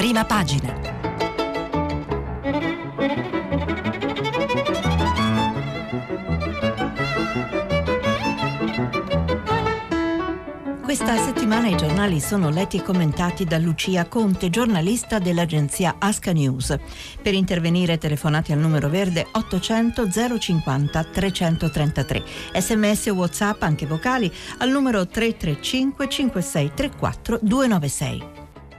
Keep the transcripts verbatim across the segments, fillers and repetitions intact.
Prima pagina. Questa settimana i giornali sono letti e commentati da Lucia Conte, giornalista dell'agenzia Asca News. Per intervenire telefonate al numero verde ottocento zero cinquanta trecentotrentatré. Sms o WhatsApp, anche vocali, al numero tre tre cinque cinque sei tre quattro due nove sei.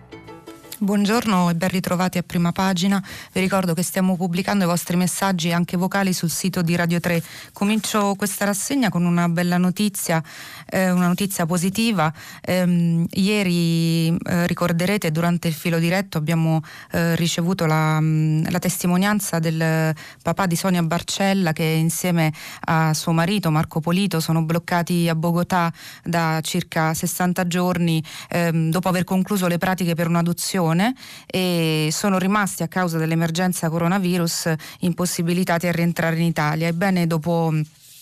Buongiorno e ben ritrovati a Prima Pagina. Vi ricordo che stiamo pubblicando i vostri messaggi anche vocali sul sito di Radio tre. Comincio questa rassegna con una bella notizia, eh, una notizia positiva. Eh, ieri eh, ricorderete, durante il filo diretto abbiamo eh, ricevuto la, la testimonianza del papà di Sonia Barcella, che insieme a suo marito Marco Polito sono bloccati a Bogotà da circa sessanta giorni eh, dopo aver concluso le pratiche per un'adozione, e sono rimasti, a causa dell'emergenza coronavirus, impossibilitati a rientrare in Italia. Ebbene, dopo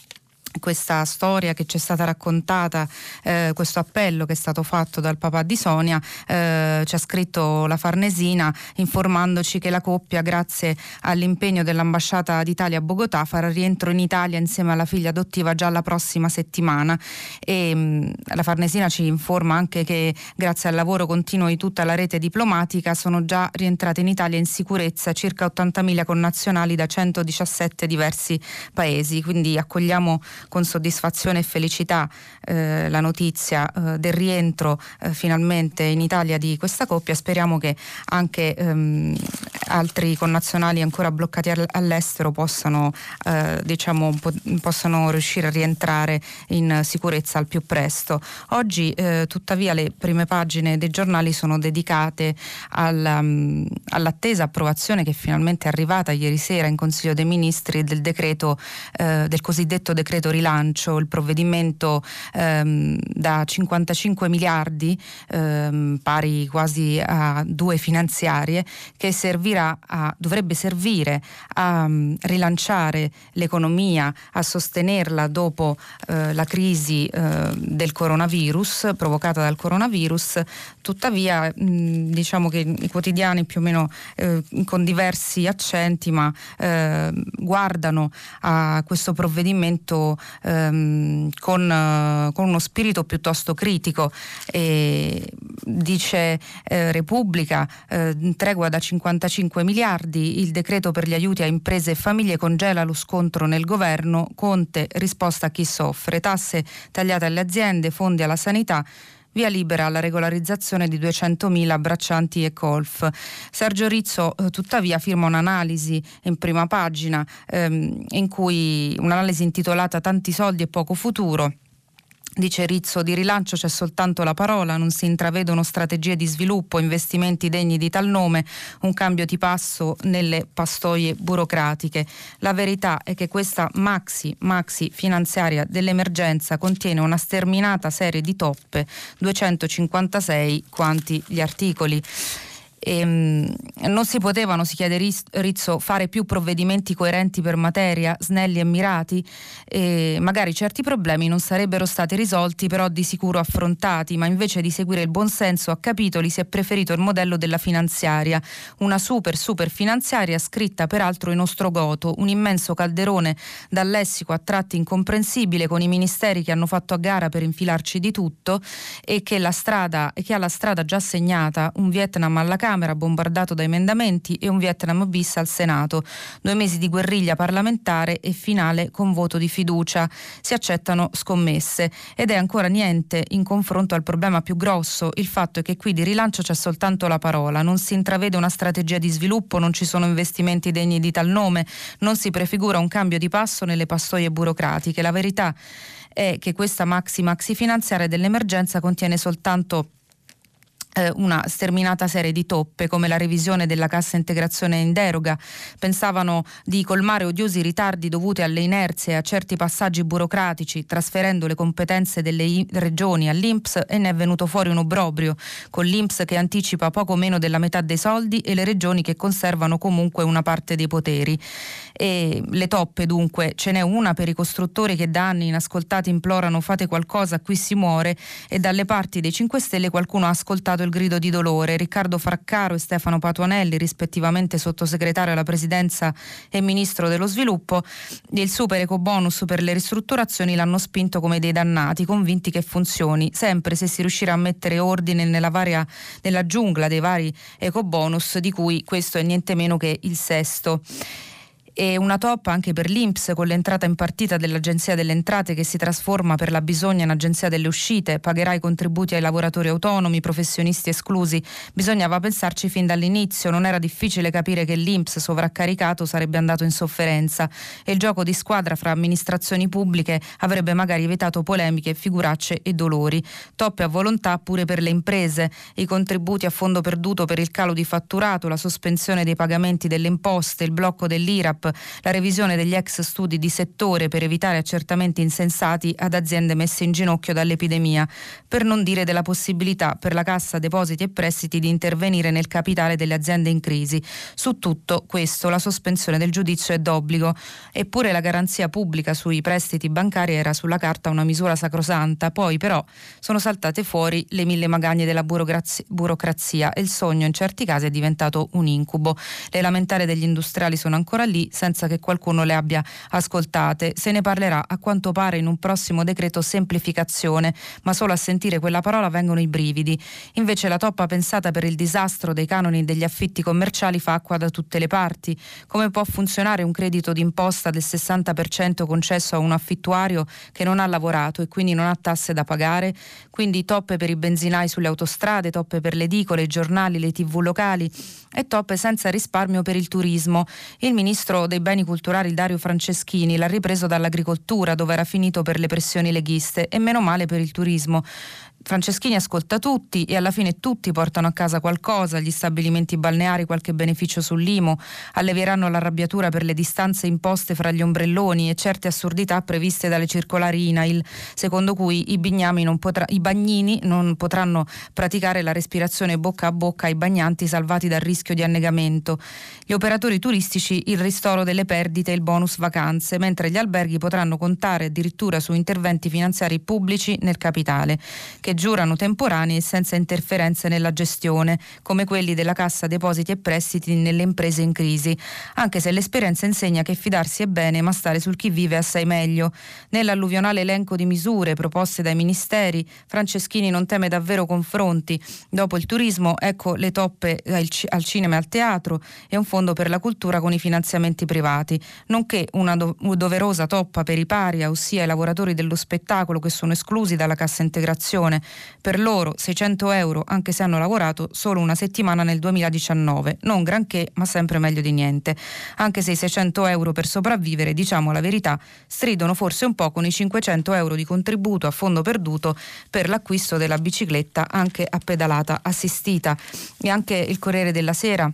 questa storia che ci è stata raccontata, eh, questo appello che è stato fatto dal papà di Sonia, eh, ci ha scritto la Farnesina informandoci che la coppia, grazie all'impegno dell'ambasciata d'Italia a Bogotà, farà rientro in Italia insieme alla figlia adottiva già la prossima settimana. E mh, la Farnesina ci informa anche che grazie al lavoro continuo di tutta la rete diplomatica sono già rientrate in Italia in sicurezza circa ottantamila connazionali da centodiciassette diversi paesi. Quindi accogliamo con soddisfazione e felicità eh, la notizia eh, del rientro eh, finalmente in Italia di questa coppia. Speriamo che anche ehm, altri connazionali ancora bloccati all'estero possano eh, diciamo po- possano riuscire a rientrare in sicurezza al più presto. Oggi eh, tuttavia le prime pagine dei giornali sono dedicate alla, um, all'attesa approvazione che finalmente è arrivata ieri sera in Consiglio dei Ministri del decreto eh, del cosiddetto decreto rilancio, il provvedimento ehm, da cinquantacinque miliardi, ehm, pari quasi a due finanziarie, che servirà a, dovrebbe servire a um, rilanciare l'economia, a sostenerla dopo eh, la crisi eh, del coronavirus, provocata dal coronavirus. Tuttavia mh, diciamo che i quotidiani più o meno eh, con diversi accenti, ma eh, guardano a questo provvedimento Ehm, con, uh, con uno spirito piuttosto critico. E dice eh, Repubblica, eh, tregua da cinquantacinque miliardi, il decreto per gli aiuti a imprese e famiglie congela lo scontro nel governo, Conte risposta a chi soffre, tasse tagliate alle aziende, fondi alla sanità, via libera alla regolarizzazione di duecentomila braccianti e colf. Sergio Rizzo eh, tuttavia firma un'analisi in Prima Pagina ehm, in cui un'analisi intitolata Tanti soldi e poco futuro. Dice Rizzo: di rilancio c'è soltanto la parola, non si intravedono strategie di sviluppo, investimenti degni di tal nome, un cambio di passo nelle pastoie burocratiche. La verità è che questa maxi, maxi finanziaria dell'emergenza contiene una sterminata serie di toppe, duecentocinquantasei quanti gli articoli. E, mh, non si potevano, si chiede Rizzo, fare più provvedimenti coerenti per materia, snelli e mirati? E magari certi problemi non sarebbero stati risolti, però di sicuro affrontati, ma invece di seguire il buonsenso a capitoli si è preferito il modello della finanziaria, una super super finanziaria scritta peraltro in ostrogoto, un immenso calderone dal lessico a tratti incomprensibile, con i ministeri che hanno fatto a gara per infilarci di tutto, e che la strada e che ha la strada già segnata, un Vietnam alla Camera bombardato da emendamenti e un Vietnam bis al Senato. Due mesi di guerriglia parlamentare e finale con voto di fiducia. Si accettano scommesse ed è ancora niente in confronto al problema più grosso, il fatto è che qui di rilancio c'è soltanto la parola, non si intravede una strategia di sviluppo, non ci sono investimenti degni di tal nome, non si prefigura un cambio di passo nelle pastoie burocratiche. La verità è che questa maxi maxi finanziaria dell'emergenza contiene soltanto una sterminata serie di toppe, come la revisione della cassa integrazione in deroga. Pensavano di colmare odiosi ritardi dovuti alle inerzie e a certi passaggi burocratici, trasferendo le competenze delle i- regioni all'I N P S, e ne è venuto fuori un obbrobrio, con l'I N P S che anticipa poco meno della metà dei soldi e le regioni che conservano comunque una parte dei poteri. E le toppe, dunque, ce n'è una per i costruttori che da anni inascoltati implorano: fate qualcosa, qui si muore, e dalle parti dei cinque Stelle qualcuno ha ascoltato il il grido di dolore. Riccardo Fraccaro e Stefano Patuanelli, rispettivamente sottosegretario alla presidenza e ministro dello sviluppo, il super ecobonus per le ristrutturazioni l'hanno spinto come dei dannati, convinti che funzioni, sempre se si riuscirà a mettere ordine nella, varia, nella giungla dei vari ecobonus, di cui questo è niente meno che il sesto. E una toppa anche per l'I N P S, con l'entrata in partita dell'Agenzia delle Entrate che si trasforma per la bisogna in Agenzia delle Uscite, pagherà i contributi ai lavoratori autonomi, professionisti esclusi. Bisognava pensarci fin dall'inizio, non era difficile capire che l'I N P S sovraccaricato sarebbe andato in sofferenza e il gioco di squadra fra amministrazioni pubbliche avrebbe magari evitato polemiche, figuracce e dolori. Toppe a volontà pure per le imprese, i contributi a fondo perduto per il calo di fatturato, la sospensione dei pagamenti delle imposte, il blocco dell'I R A P, la revisione degli ex studi di settore per evitare accertamenti insensati ad aziende messe in ginocchio dall'epidemia, per non dire della possibilità per la Cassa Depositi e Prestiti di intervenire nel capitale delle aziende in crisi. Su tutto questo la sospensione del giudizio è d'obbligo, eppure la garanzia pubblica sui prestiti bancari era sulla carta una misura sacrosanta. Poi però sono saltate fuori le mille magagne della burocrazia, burocrazia e il sogno in certi casi è diventato un incubo. Le lamentele degli industriali sono ancora lì, senza che qualcuno le abbia ascoltate. Se ne parlerà a quanto pare in un prossimo decreto semplificazione, ma solo a sentire quella parola vengono i brividi. Invece la toppa pensata per il disastro dei canoni degli affitti commerciali fa acqua da tutte le parti. Come può funzionare un credito d'imposta del sessanta per cento concesso a un affittuario che non ha lavorato e quindi non ha tasse da pagare? Quindi toppe per i benzinai sulle autostrade, toppe per le edicole, i giornali, le tv locali e toppe senza risparmio per il turismo. Il ministro dei beni culturali Dario Franceschini l'ha ripreso dall'agricoltura, dove era finito per le pressioni leghiste, e meno male per il turismo. Franceschini ascolta tutti e alla fine tutti portano a casa qualcosa, gli stabilimenti balneari qualche beneficio sull'I M U, allevieranno l'arrabbiatura per le distanze imposte fra gli ombrelloni e certe assurdità previste dalle circolari I N A I L, secondo cui i, bignami non potrà, i bagnini non potranno praticare la respirazione bocca a bocca ai bagnanti salvati dal rischio di annegamento, gli operatori turistici il ristoro delle perdite e il bonus vacanze, mentre gli alberghi potranno contare addirittura su interventi finanziari pubblici nel capitale, che giurano temporanei e senza interferenze nella gestione, come quelli della Cassa Depositi e Prestiti nelle imprese in crisi, anche se l'esperienza insegna che fidarsi è bene, ma stare sul chi vive assai meglio. Nell'alluvionale elenco di misure proposte dai ministeri, Franceschini non teme davvero confronti. Dopo il turismo, ecco le toppe al cinema e al teatro e un fondo per la cultura con i finanziamenti privati, nonché una do- doverosa toppa per i paria, ossia i lavoratori dello spettacolo che sono esclusi dalla cassa integrazione. Per loro seicento euro anche se hanno lavorato solo una settimana nel duemiladiciannove, non granché ma sempre meglio di niente, anche se i seicento euro per sopravvivere, diciamo la verità, stridono forse un po' con i cinquecento euro di contributo a fondo perduto per l'acquisto della bicicletta anche a pedalata assistita. E anche il Corriere della Sera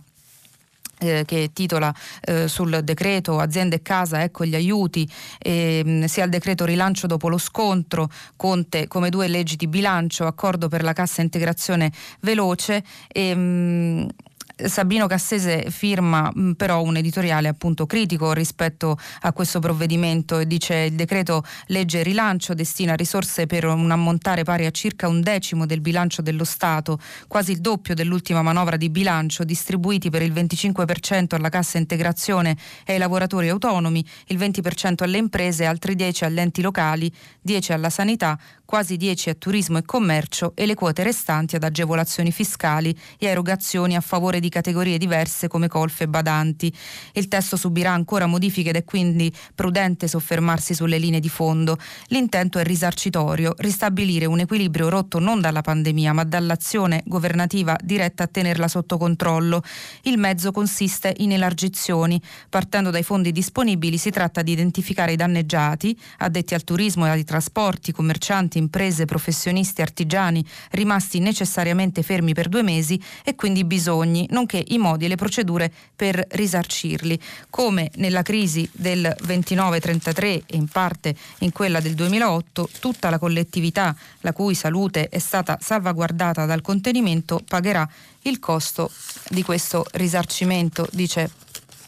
Eh, che titola eh, sul decreto aziende e casa, ecco gli aiuti, eh, sia il decreto rilancio dopo lo scontro, Conte come due leggi di bilancio, accordo per la cassa integrazione veloce e mh, Sabino Cassese firma mh, però un editoriale appunto critico rispetto a questo provvedimento e dice: il decreto legge rilancio destina risorse per un ammontare pari a circa un decimo del bilancio dello Stato, quasi il doppio dell'ultima manovra di bilancio, distribuiti per il venticinque per cento alla cassa integrazione e ai lavoratori autonomi, il venti per cento alle imprese, altri dieci agli enti locali, dieci alla sanità, quasi dieci a turismo e commercio e le quote restanti ad agevolazioni fiscali e erogazioni a favore di categorie diverse come colf e badanti. Il testo subirà ancora modifiche ed è quindi prudente soffermarsi sulle linee di fondo. L'intento è risarcitorio, ristabilire un equilibrio rotto non dalla pandemia ma dall'azione governativa diretta a tenerla sotto controllo. Il mezzo consiste in elargizioni. Partendo dai fondi disponibili si tratta di identificare i danneggiati, addetti al turismo e ai trasporti, commercianti, imprese, professionisti, artigiani rimasti necessariamente fermi per due mesi e quindi bisogni, nonché i modi e le procedure per risarcirli. Come nella crisi del ventinove trentatré e in parte in quella del duemilaotto, tutta la collettività la cui salute è stata salvaguardata dal contenimento pagherà il costo di questo risarcimento, dice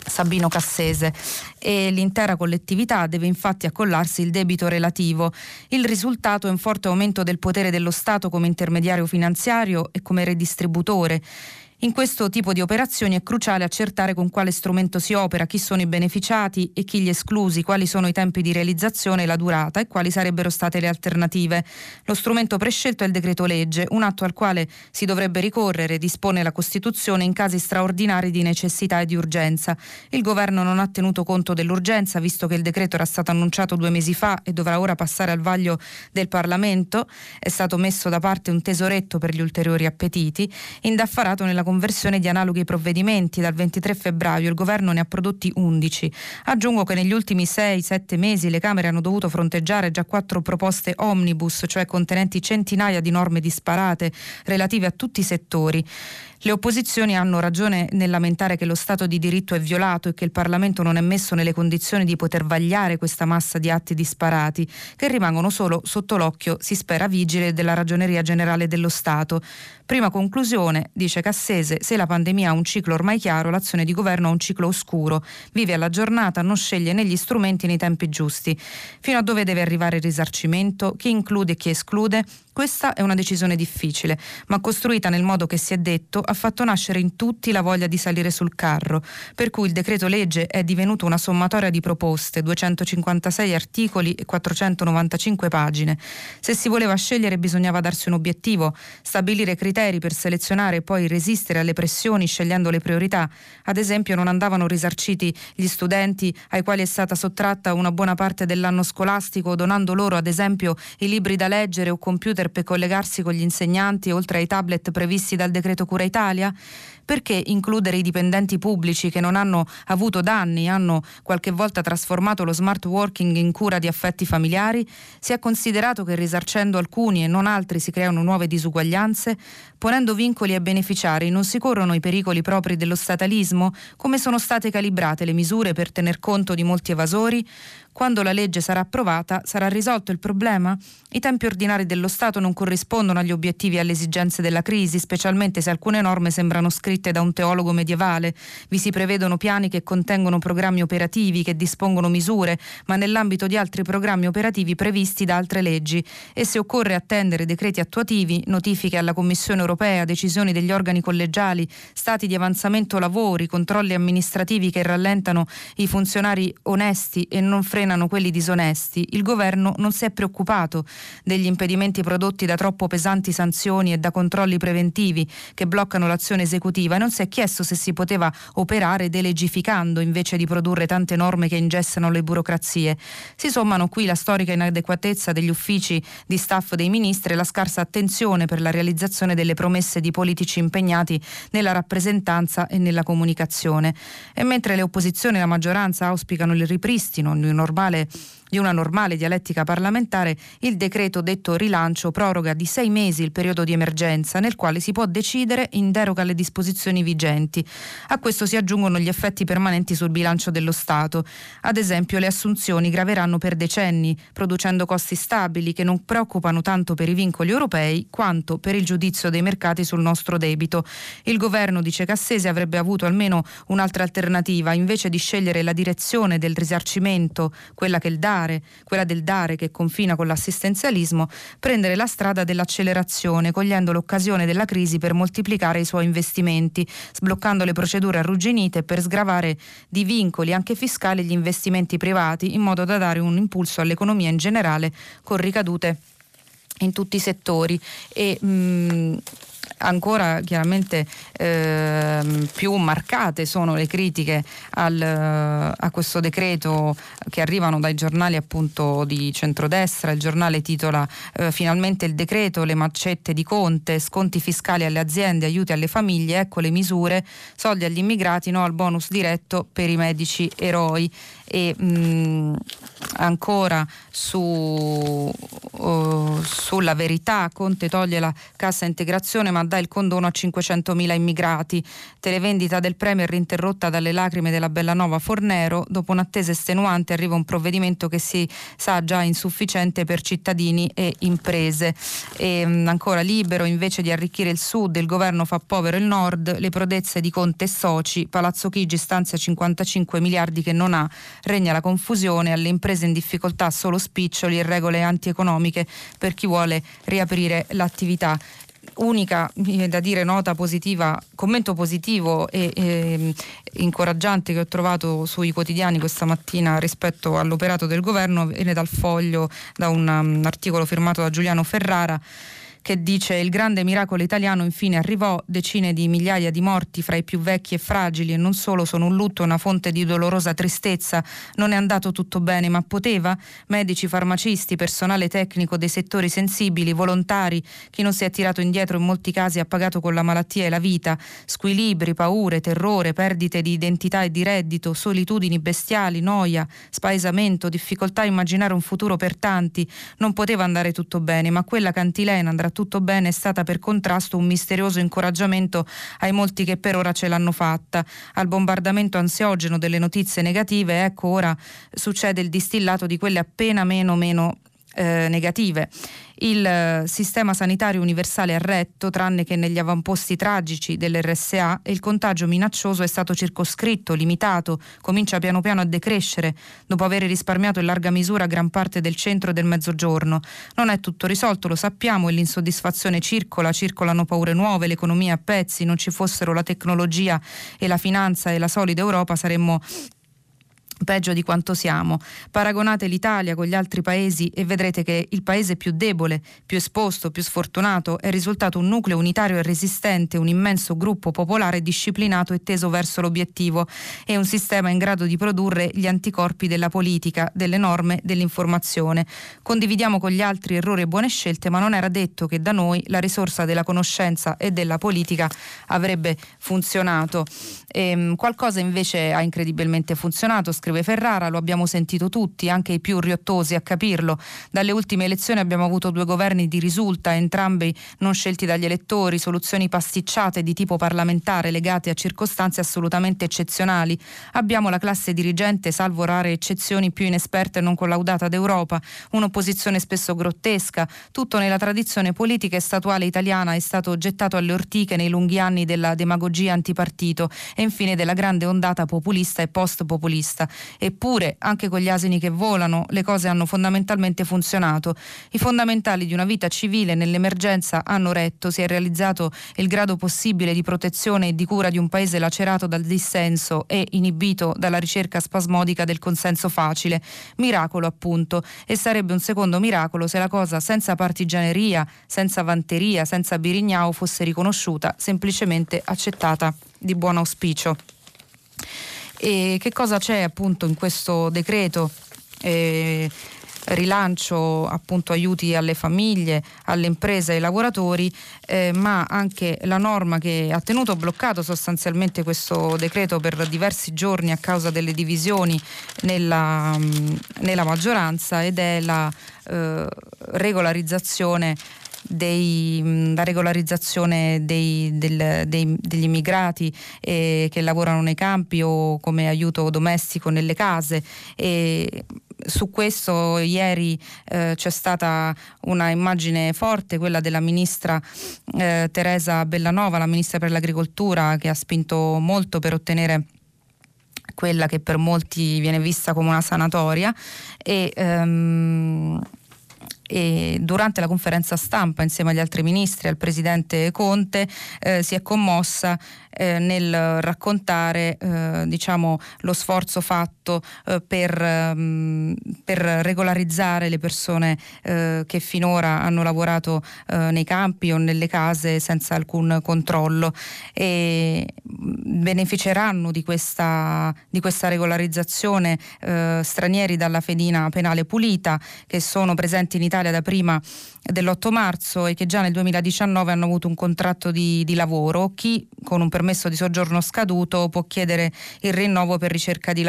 Sabino Cassese, e l'intera collettività deve infatti accollarsi il debito relativo. Il risultato è un forte aumento del potere dello Stato come intermediario finanziario e come redistributore. In questo tipo di operazioni è cruciale accertare con quale strumento si opera, chi sono i beneficiati e chi gli esclusi, quali sono i tempi di realizzazione e la durata e quali sarebbero state le alternative. Lo strumento prescelto è il decreto legge, un atto al quale si dovrebbe ricorrere, dispone la Costituzione, in casi straordinari di necessità e di urgenza. Il governo non ha tenuto conto dell'urgenza, visto che il decreto era stato annunciato due mesi fa e dovrà ora passare al vaglio del Parlamento. È stato messo da parte un tesoretto per gli ulteriori appetiti, indaffarato nella conversione di analoghi provvedimenti. Dal ventitré febbraio il governo ne ha prodotti undici. Aggiungo che negli ultimi sei sette mesi le Camere hanno dovuto fronteggiare già quattro proposte omnibus, cioè contenenti centinaia di norme disparate relative a tutti i settori. Le opposizioni hanno ragione nel lamentare che lo Stato di diritto è violato e che il Parlamento non è messo nelle condizioni di poter vagliare questa massa di atti disparati, che rimangono solo sotto l'occhio, si spera, vigile della Ragioneria Generale dello Stato. Prima conclusione, dice Cassese, se la pandemia ha un ciclo ormai chiaro, l'azione di governo ha un ciclo oscuro, vive alla giornata, non sceglie né gli strumenti né i tempi giusti. Fino a dove deve arrivare il risarcimento? Chi include e chi esclude? Questa è una decisione difficile, ma costruita nel modo che si è detto, ha fatto nascere in tutti la voglia di salire sul carro, per cui il decreto legge è divenuto una sommatoria di proposte, duecentocinquantasei articoli e quattrocentonovantacinque pagine. Se si voleva scegliere bisognava darsi un obiettivo, stabilire criteri per selezionare e poi resistere alle pressioni scegliendo le priorità. Ad esempio non andavano risarciti gli studenti ai quali è stata sottratta una buona parte dell'anno scolastico, donando loro ad esempio i libri da leggere o computer per collegarsi con gli insegnanti, oltre ai tablet previsti dal decreto Cura Italia? Perché includere i dipendenti pubblici che non hanno avuto danni, hanno qualche volta trasformato lo smart working in cura di affetti familiari? Si è considerato che risarcendo alcuni e non altri si creano nuove disuguaglianze? Ponendo vincoli ai beneficiari non si corrono i pericoli propri dello statalismo? Come sono state calibrate le misure per tener conto di molti evasori? Quando la legge sarà approvata, sarà risolto il problema? I tempi ordinari dello Stato non corrispondono agli obiettivi e alle esigenze della crisi, specialmente se alcune norme sembrano scritte da un teologo medievale. Vi si prevedono piani che contengono programmi operativi, che dispongono misure, ma nell'ambito di altri programmi operativi previsti da altre leggi. E se occorre attendere decreti attuativi, notifiche alla Commissione europea, decisioni degli organi collegiali, stati di avanzamento lavori, controlli amministrativi che rallentano i funzionari onesti e non frenano quelli disonesti, il governo non si è preoccupato degli impedimenti prodotti da troppo pesanti sanzioni e da controlli preventivi che bloccano l'azione esecutiva e non si è chiesto se si poteva operare delegificando invece di produrre tante norme che ingessano le burocrazie. Si sommano qui la storica inadeguatezza degli uffici di staff dei ministri e la scarsa attenzione per la realizzazione delle promesse di politici impegnati nella rappresentanza e nella comunicazione. E mentre le opposizioni e la maggioranza auspicano il ripristino di un normale di una normale dialettica parlamentare, il decreto detto rilancio proroga di sei mesi il periodo di emergenza nel quale si può decidere in deroga alle disposizioni vigenti. A questo si aggiungono gli effetti permanenti sul bilancio dello Stato. Ad esempio, le assunzioni graveranno per decenni, producendo costi stabili che non preoccupano tanto per i vincoli europei quanto per il giudizio dei mercati sul nostro debito. Il governo, dice Cassese, avrebbe avuto almeno un'altra alternativa, invece di scegliere la direzione del risarcimento, quella che il dare quella del dare che confina con l'assistenzialismo, prendere la strada dell'accelerazione, cogliendo l'occasione della crisi per moltiplicare i suoi investimenti, sbloccando le procedure arrugginite per sgravare di vincoli anche fiscali gli investimenti privati, in modo da dare un impulso all'economia in generale con ricadute in tutti i settori. E mh, ancora chiaramente eh, più marcate sono le critiche al, a questo decreto che arrivano dai giornali appunto di centrodestra. Il giornale titola eh, finalmente il decreto, le mancette di Conte, sconti fiscali alle aziende, aiuti alle famiglie, ecco le misure, soldi agli immigrati, no al bonus diretto per i medici eroi. E mh, ancora su, uh, sulla Verità, Conte toglie la cassa integrazione ma sistema dà il condono a cinquecentomila immigrati. Televendita del Premier interrotta dalle lacrime della Bellanova Fornero. Dopo un'attesa estenuante arriva un provvedimento che si sa già insufficiente per cittadini e imprese. E mh, ancora Libero, invece di arricchire il sud, il governo fa povero il nord, le prodezze di Conte e soci, Palazzo Chigi stanzia cinquantacinque miliardi che non ha, regna la confusione, alle imprese in difficoltà solo spiccioli e regole antieconomiche per chi vuole riaprire l'attività. Unica, da dire, nota positiva, commento positivo e, e incoraggiante che ho trovato sui quotidiani questa mattina rispetto all'operato del governo viene dal Foglio, da un, um, articolo firmato da Giuliano Ferrara, che dice: il grande miracolo italiano infine arrivò, decine di migliaia di morti fra i più vecchi e fragili e non solo sono un lutto, una fonte di dolorosa tristezza. Non è andato tutto bene, ma poteva? Medici, farmacisti, personale tecnico dei settori sensibili, volontari, chi non si è tirato indietro in molti casi ha pagato con la malattia e la vita, squilibri, paure, terrore, perdite di identità e di reddito, solitudini bestiali, noia, spaesamento, difficoltà a immaginare un futuro per tanti. Non poteva andare tutto bene, ma quella cantilena andrà tutto bene è stata per contrasto un misterioso incoraggiamento ai molti che per ora ce l'hanno fatta. Al bombardamento ansiogeno delle notizie negative, ecco ora succede il distillato di quelle appena meno meno eh, negative. Il eh, sistema sanitario universale ha retto, tranne che negli avamposti tragici dell'R S A, e il contagio minaccioso è stato circoscritto, limitato, comincia piano piano a decrescere, dopo aver risparmiato in larga misura gran parte del centro e del mezzogiorno. Non è tutto risolto, lo sappiamo, e l'insoddisfazione circola, circolano paure nuove, l'economia a pezzi. Non ci fossero la tecnologia e la finanza e la solida Europa, saremmo peggio di quanto siamo. Paragonate l'Italia con gli altri paesi e vedrete che il paese più debole, più esposto, più sfortunato è risultato un nucleo unitario e resistente, un immenso gruppo popolare disciplinato e teso verso l'obiettivo, e un sistema in grado di produrre gli anticorpi della politica, delle norme, dell'informazione. Condividiamo con gli altri errori e buone scelte, ma non era detto che da noi la risorsa della conoscenza e della politica avrebbe funzionato. E, qualcosa invece ha incredibilmente funzionato, scrive Ferrara, lo abbiamo sentito tutti, anche i più riottosi a capirlo. Dalle ultime elezioni abbiamo avuto due governi di risulta, entrambi non scelti dagli elettori, soluzioni pasticciate di tipo parlamentare legate a circostanze assolutamente eccezionali. Abbiamo la classe dirigente, salvo rare eccezioni, più inesperta e non collaudata d'Europa, un'opposizione spesso grottesca, tutto nella tradizione politica e statuale italiana è stato gettato alle ortiche nei lunghi anni della demagogia antipartito e infine della grande ondata populista e post-populista. Eppure, anche con gli asini che volano, le cose hanno fondamentalmente funzionato. I fondamentali di una vita civile nell'emergenza hanno retto, si è realizzato il grado possibile di protezione e di cura di un paese lacerato dal dissenso e inibito dalla ricerca spasmodica del consenso facile. Miracolo, appunto, e sarebbe un secondo miracolo se la cosa senza partigianeria, senza vanteria, senza birignao fosse riconosciuta, semplicemente accettata di buon auspicio. E che cosa c'è appunto in questo decreto? Eh, rilancio, appunto, aiuti alle famiglie, alle imprese e ai lavoratori, eh, ma anche la norma che ha tenuto bloccato sostanzialmente questo decreto per diversi giorni a causa delle divisioni nella, nella maggioranza, ed è la eh, regolarizzazione Dei, la regolarizzazione dei, del, dei, degli immigrati eh, che lavorano nei campi o come aiuto domestico nelle case. E su questo ieri eh, c'è stata una immagine forte, quella della ministra eh, Teresa Bellanova, la ministra per l'agricoltura, che ha spinto molto per ottenere quella che per molti viene vista come una sanatoria, e um, e durante la conferenza stampa insieme agli altri ministri, al presidente Conte, eh, si è commossa eh, nel raccontare eh, diciamo lo sforzo fatto eh, per, um, per regolarizzare le persone eh, che finora hanno lavorato eh, nei campi o nelle case senza alcun controllo, e beneficeranno di questa, di questa regolarizzazione eh, stranieri dalla fedina penale pulita, che sono presenti in Italia da prima dell'otto marzo e che già nel duemiladiciannove hanno avuto un contratto di, di lavoro. Chi con un permesso di soggiorno scaduto può chiedere il rinnovo per ricerca di lavoro.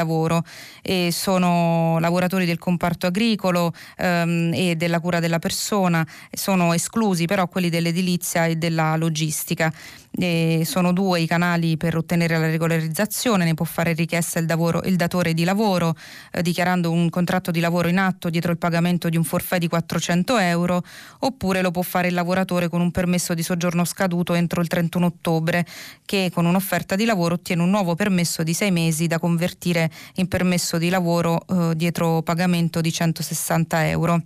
e sono lavoratori del comparto agricolo ehm, e della cura della persona, sono esclusi però quelli dell'edilizia e della logistica. E sono due i canali per ottenere la regolarizzazione, ne può fare richiesta il, davoro, il datore di lavoro eh, dichiarando un contratto di lavoro in atto dietro il pagamento di un forfait di quattrocento euro, oppure lo può fare il lavoratore con un permesso di soggiorno scaduto entro il trentuno ottobre, che con un'offerta di lavoro ottiene un nuovo permesso di sei mesi da convertire in permesso di lavoro eh, dietro pagamento di centosessanta euro.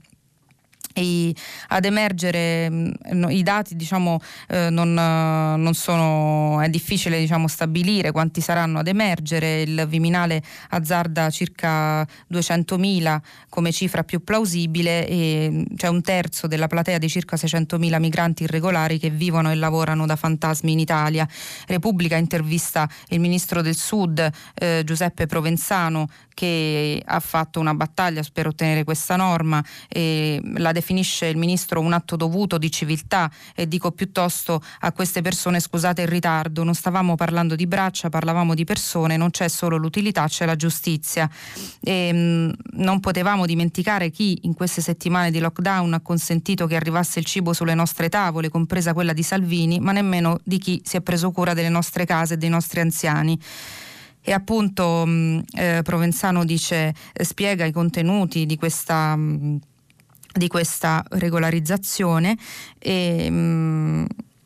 E ad emergere mh, i dati diciamo eh, non, non sono, è difficile diciamo stabilire quanti saranno ad emergere. Il Viminale azzarda circa duecentomila come cifra più plausibile, e c'è un terzo della platea di circa seicentomila migranti irregolari che vivono e lavorano da fantasmi in Italia. Repubblica intervista il ministro del Sud eh, Giuseppe Provenzano, che ha fatto una battaglia per ottenere questa norma, e la definisce il ministro un atto dovuto di civiltà, e dico piuttosto a queste persone: scusate il ritardo, non stavamo parlando di braccia, parlavamo di persone, non c'è solo l'utilità, c'è la giustizia. E, mh, non potevamo dimenticare chi in queste settimane di lockdown ha consentito che arrivasse il cibo sulle nostre tavole, compresa quella di Salvini, ma nemmeno di chi si è preso cura delle nostre case e dei nostri anziani. E appunto mh, eh, Provenzano dice, eh, spiega i contenuti di questa, mh, di questa regolarizzazione e, mh,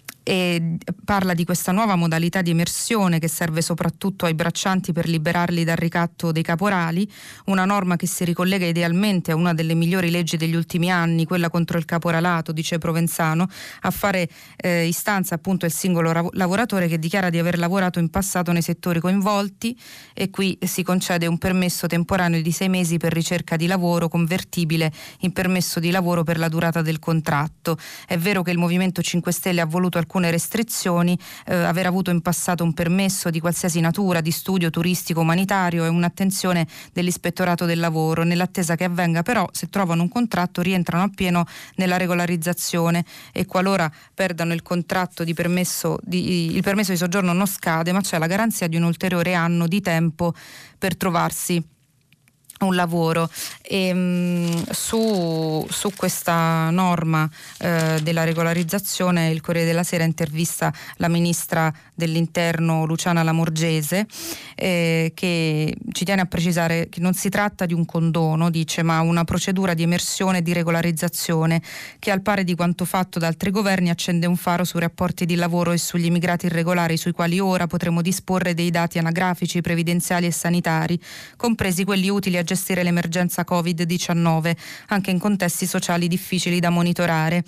e parla di questa nuova modalità di emersione che serve soprattutto ai braccianti per liberarli dal ricatto dei caporali, una norma che si ricollega idealmente a una delle migliori leggi degli ultimi anni, quella contro il caporalato, dice Provenzano. A fare eh, istanza appunto il singolo rav- lavoratore che dichiara di aver lavorato in passato nei settori coinvolti, e qui si concede un permesso temporaneo di sei mesi per ricerca di lavoro convertibile in permesso di lavoro per la durata del contratto. È vero che il Movimento cinque Stelle ha voluto alcune restrizioni, eh, aver avuto in passato un permesso di qualsiasi natura, di studio, turistico, umanitario, e un'attenzione dell'Ispettorato del Lavoro. Nell'attesa che avvenga però, se trovano un contratto rientrano appieno nella regolarizzazione, e qualora perdano il contratto di permesso di, il permesso di soggiorno non scade, ma c'è la garanzia di un ulteriore anno di tempo per trovarsi un lavoro. E, mh, su, su questa norma eh, della regolarizzazione il Corriere della Sera intervista la ministra dell'Interno Luciana Lamorgese, eh, che ci tiene a precisare che non si tratta di un condono, dice, ma una procedura di emersione e di regolarizzazione che, al pari di quanto fatto da altri governi, accende un faro sui rapporti di lavoro e sugli immigrati irregolari, sui quali ora potremo disporre dei dati anagrafici, previdenziali e sanitari, compresi quelli utili a gestire l'emergenza covid diciannove anche in contesti sociali difficili da monitorare.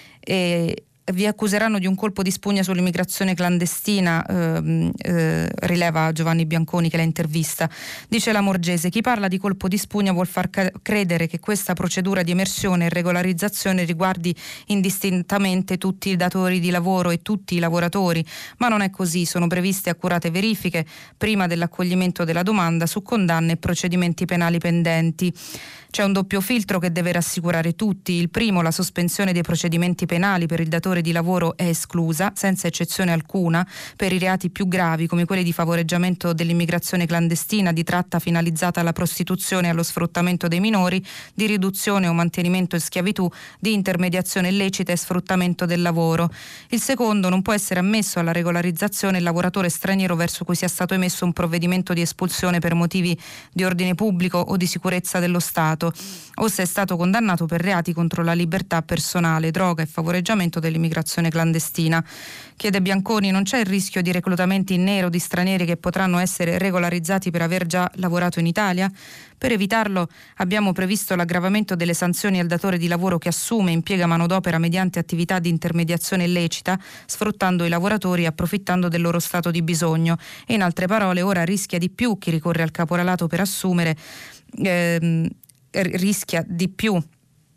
E vi accuseranno di un colpo di spugna sull'immigrazione clandestina, eh, eh, rileva Giovanni Bianconi che la intervista. Dice Lamorgese: chi parla di colpo di spugna vuol far ca- credere che questa procedura di emersione e regolarizzazione riguardi indistintamente tutti i datori di lavoro e tutti i lavoratori, ma non è così. Sono previste accurate verifiche prima dell'accoglimento della domanda su condanne e procedimenti penali pendenti. C'è un doppio filtro che deve rassicurare tutti. Il primo, la sospensione dei procedimenti penali per il datore di lavoro è esclusa, senza eccezione alcuna, per i reati più gravi come quelli di favoreggiamento dell'immigrazione clandestina, di tratta finalizzata alla prostituzione e allo sfruttamento dei minori, di riduzione o mantenimento in schiavitù, di intermediazione illecita e sfruttamento del lavoro. Il secondo, non può essere ammesso alla regolarizzazione il lavoratore straniero verso cui sia stato emesso un provvedimento di espulsione per motivi di ordine pubblico o di sicurezza dello Stato, o se è stato condannato per reati contro la libertà personale, droga e favoreggiamento dell'immigrazione clandestina. Chiede Bianconi: non c'è il rischio di reclutamenti in nero di stranieri che potranno essere regolarizzati per aver già lavorato in Italia? Per evitarlo abbiamo previsto l'aggravamento delle sanzioni al datore di lavoro che assume e impiega manodopera mediante attività di intermediazione illecita, sfruttando i lavoratori e approfittando del loro stato di bisogno. E in altre parole, ora rischia di più chi ricorre al caporalato per assumere, ehm, rischia di più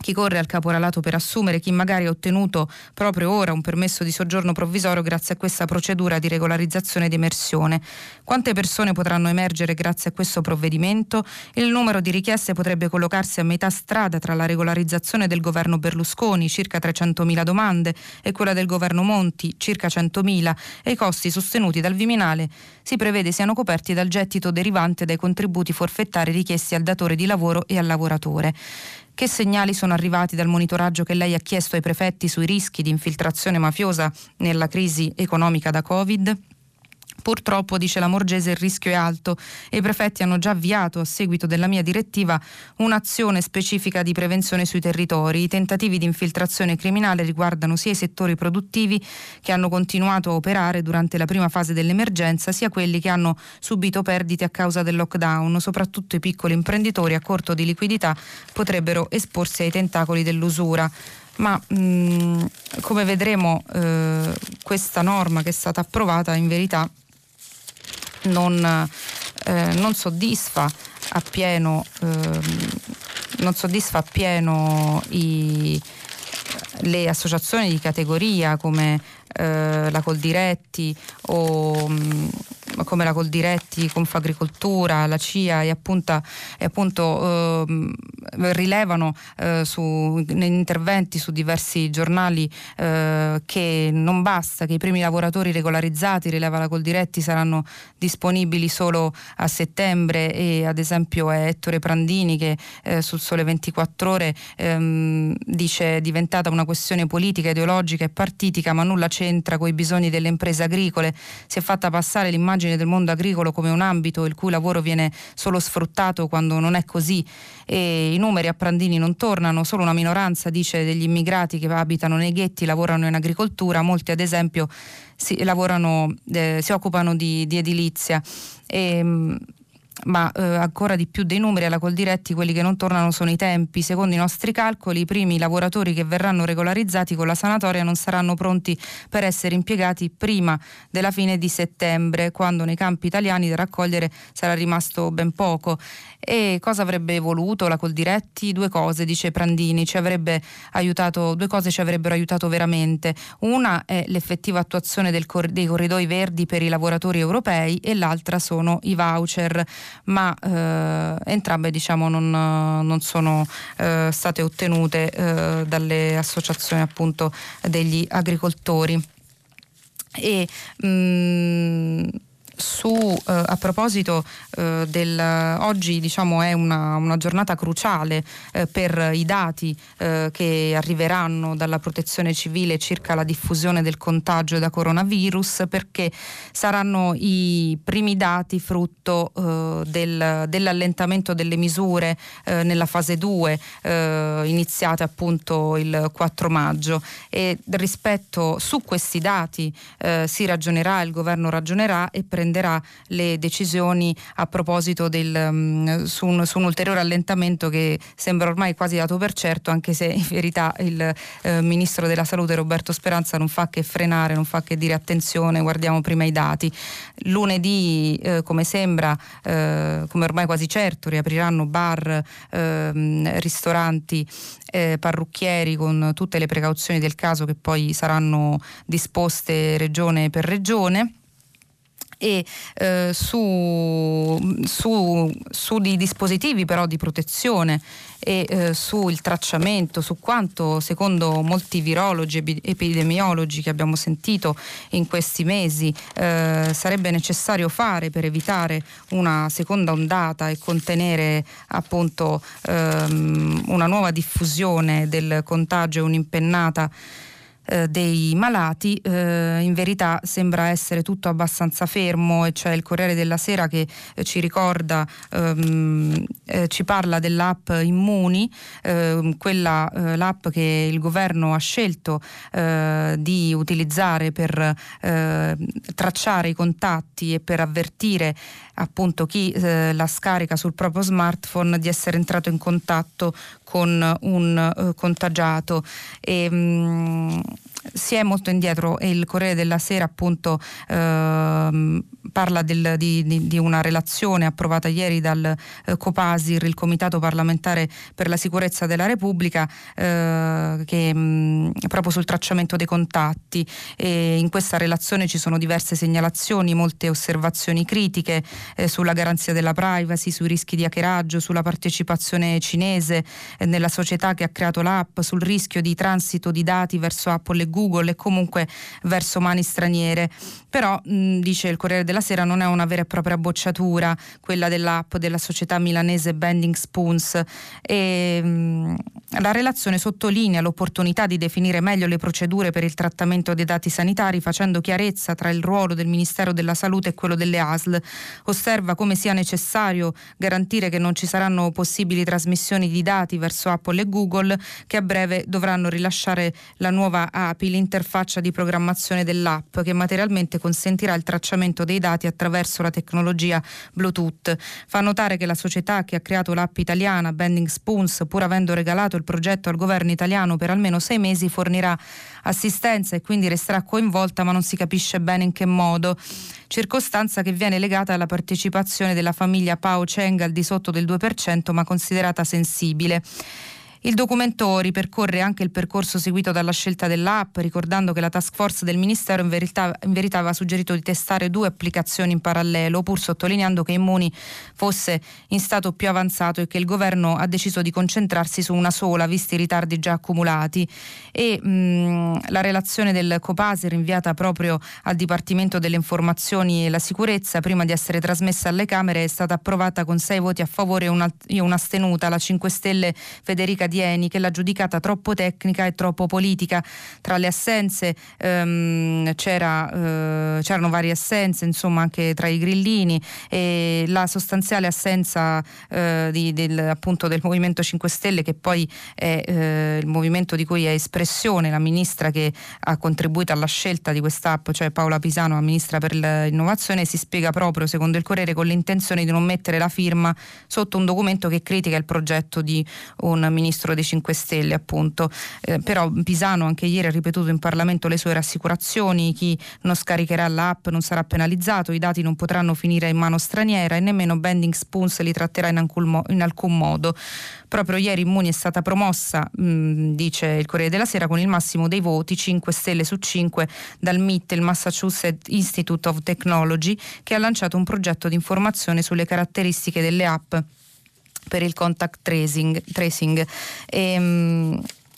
chi corre al caporalato per assumere, chi magari ha ottenuto proprio ora un permesso di soggiorno provvisorio grazie a questa procedura di regolarizzazione ed emersione. Quante persone potranno emergere grazie a questo provvedimento? Il numero di richieste potrebbe collocarsi a metà strada tra la regolarizzazione del governo Berlusconi, circa trecentomila domande, e quella del governo Monti, circa centomila, e i costi sostenuti dal Viminale si prevede siano coperti dal gettito derivante dai contributi forfettari richiesti al datore di lavoro e al lavoratore. Che segnali sono arrivati dal monitoraggio che lei ha chiesto ai prefetti sui rischi di infiltrazione mafiosa nella crisi economica da Covid? Purtroppo, dice la Morgese, il rischio è alto e i prefetti hanno già avviato, a seguito della mia direttiva, un'azione specifica di prevenzione sui territori. I tentativi di infiltrazione criminale riguardano sia i settori produttivi che hanno continuato a operare durante la prima fase dell'emergenza, sia quelli che hanno subito perdite a causa del lockdown. Soprattutto i piccoli imprenditori a corto di liquidità potrebbero esporsi ai tentacoli dell'usura. Ma mh, come vedremo, eh, questa norma che è stata approvata in verità non, eh, non soddisfa appieno eh, non soddisfa appieno i, le associazioni di categoria come eh, la Coldiretti o mh, come la Coldiretti, Confagricoltura, la C I A, e appunto, e appunto eh, rilevano eh, su, negli interventi su diversi giornali eh, che non basta, che i primi lavoratori regolarizzati, rileva la Coldiretti, saranno disponibili solo a settembre, e ad esempio è Ettore Prandini che eh, sul Sole ventiquattro Ore ehm, dice: è diventata una questione politica, ideologica e partitica, ma nulla c'entra con i bisogni delle imprese agricole. Si è fatta passare l'immagine del mondo agricolo come un ambito il cui lavoro viene solo sfruttato, quando non è così, e i numeri a Prandini non tornano. Solo una minoranza, dice, degli immigrati che abitano nei ghetti lavorano in agricoltura, molti ad esempio si, lavorano, eh, si occupano di, di edilizia. E, ma eh, ancora di più dei numeri, alla Coldiretti quelli che non tornano sono i tempi. Secondo i nostri calcoli, i primi lavoratori che verranno regolarizzati con la sanatoria non saranno pronti per essere impiegati prima della fine di settembre, quando nei campi italiani da raccogliere sarà rimasto ben poco. E cosa avrebbe voluto la Coldiretti? Due cose, dice Prandini, ci avrebbe aiutato, due cose ci avrebbero aiutato veramente. Una è l'effettiva attuazione del cor- dei corridoi verdi per i lavoratori europei, e l'altra sono i voucher, ma eh, entrambe, diciamo, non, non sono eh, state ottenute eh, dalle associazioni appunto degli agricoltori. E mh, su eh, a proposito eh, del oggi, diciamo, è una, una giornata cruciale eh, per i dati eh, che arriveranno dalla Protezione Civile circa la diffusione del contagio da coronavirus, perché saranno i primi dati frutto eh, del, dell'allentamento delle misure eh, nella fase due eh, iniziate appunto il quattro maggio, e rispetto su questi dati eh, si ragionerà, il governo ragionerà e prenderà le decisioni a proposito del um, su, un, su un ulteriore allentamento che sembra ormai quasi dato per certo, anche se in verità il eh, ministro della Salute Roberto Speranza non fa che frenare, non fa che dire attenzione, guardiamo prima i dati. Lunedì eh, come sembra, eh, come ormai quasi certo, riapriranno bar, eh, ristoranti, eh, parrucchieri, con tutte le precauzioni del caso che poi saranno disposte regione per regione. E eh, su, su, su di dispositivi però di protezione e eh, sul tracciamento, su quanto secondo molti virologi e epidemiologi che abbiamo sentito in questi mesi eh, sarebbe necessario fare per evitare una seconda ondata e contenere appunto ehm, una nuova diffusione del contagio e un'impennata Eh, dei malati, eh, in verità sembra essere tutto abbastanza fermo, e cioè il Corriere della Sera che eh, ci ricorda, ehm, eh, ci parla dell'app Immuni, eh, quella eh, l'app che il governo ha scelto eh, di utilizzare per eh, tracciare i contatti e per avvertire appunto chi eh, la scarica sul proprio smartphone di essere entrato in contatto con un uh, contagiato. E, mh, si è molto indietro, e il Corriere della Sera appunto ehm, parla del, di, di, di una relazione approvata ieri dal eh, Copasir, il Comitato parlamentare per la sicurezza della Repubblica, eh, che mh, proprio sul tracciamento dei contatti, e in questa relazione ci sono diverse segnalazioni, molte osservazioni critiche eh, sulla garanzia della privacy, sui rischi di hackeraggio, sulla partecipazione cinese eh, nella società che ha creato l'app, sul rischio di transito di dati verso Apple e Google e comunque verso mani straniere. Però mh, dice il Corriere della Sera, non è una vera e propria bocciatura quella dell'app della società milanese Bending Spoons, e mh, la relazione sottolinea l'opportunità di definire meglio le procedure per il trattamento dei dati sanitari, facendo chiarezza tra il ruolo del Ministero della Salute e quello delle A S L. Osserva come sia necessario garantire che non ci saranno possibili trasmissioni di dati verso Apple e Google, che a breve dovranno rilasciare la nuova A P I, l'interfaccia di programmazione dell'app, che materialmente consentirà il tracciamento dei dati attraverso la tecnologia Bluetooth. Fa notare che la società che ha creato l'app italiana, Bending Spoons, pur avendo regalato il progetto al governo italiano per almeno sei mesi, fornirà assistenza e quindi resterà coinvolta, ma non si capisce bene in che modo, circostanza che viene legata alla partecipazione della famiglia Pao Cheng al di sotto del due per cento, ma considerata sensibile. Il documento ripercorre anche il percorso seguito dalla scelta dell'app, ricordando che la task force del Ministero in verità, in verità aveva suggerito di testare due applicazioni in parallelo, pur sottolineando che Immuni fosse in stato più avanzato e che il governo ha deciso di concentrarsi su una sola, visti i ritardi già accumulati. E mh, la relazione del Copasir, inviata proprio al Dipartimento delle Informazioni e la Sicurezza, prima di essere trasmessa alle Camere, è stata approvata con sei voti a favore e una, un'astenuta, la cinque Stelle Federica Dieni, che l'ha giudicata troppo tecnica e troppo politica. Tra le assenze ehm, c'era, eh, c'erano varie assenze, insomma, anche tra i grillini, e la sostanziale assenza eh, di, del, appunto del Movimento cinque Stelle, che poi è eh, il movimento di cui è espressione la ministra che ha contribuito alla scelta di quest'app, cioè Paola Pisano, la ministra per l'innovazione, si spiega proprio, secondo il Corriere, con l'intenzione di non mettere la firma sotto un documento che critica il progetto di un ministro dei cinque Stelle, appunto. Eh, però Pisano anche ieri ha ripetuto in Parlamento le sue rassicurazioni: chi non scaricherà l'app non sarà penalizzato, i dati non potranno finire in mano straniera e nemmeno Bending Spoons li tratterà in alcun, mo- in alcun modo. Proprio ieri Immuni è stata promossa, mh, dice il Corriere della Sera, con il massimo dei voti, cinque Stelle su cinque, dal M I T, il Massachusetts Institute of Technology, che ha lanciato un progetto di informazione sulle caratteristiche delle app per il contact tracing, tracing. E, mh,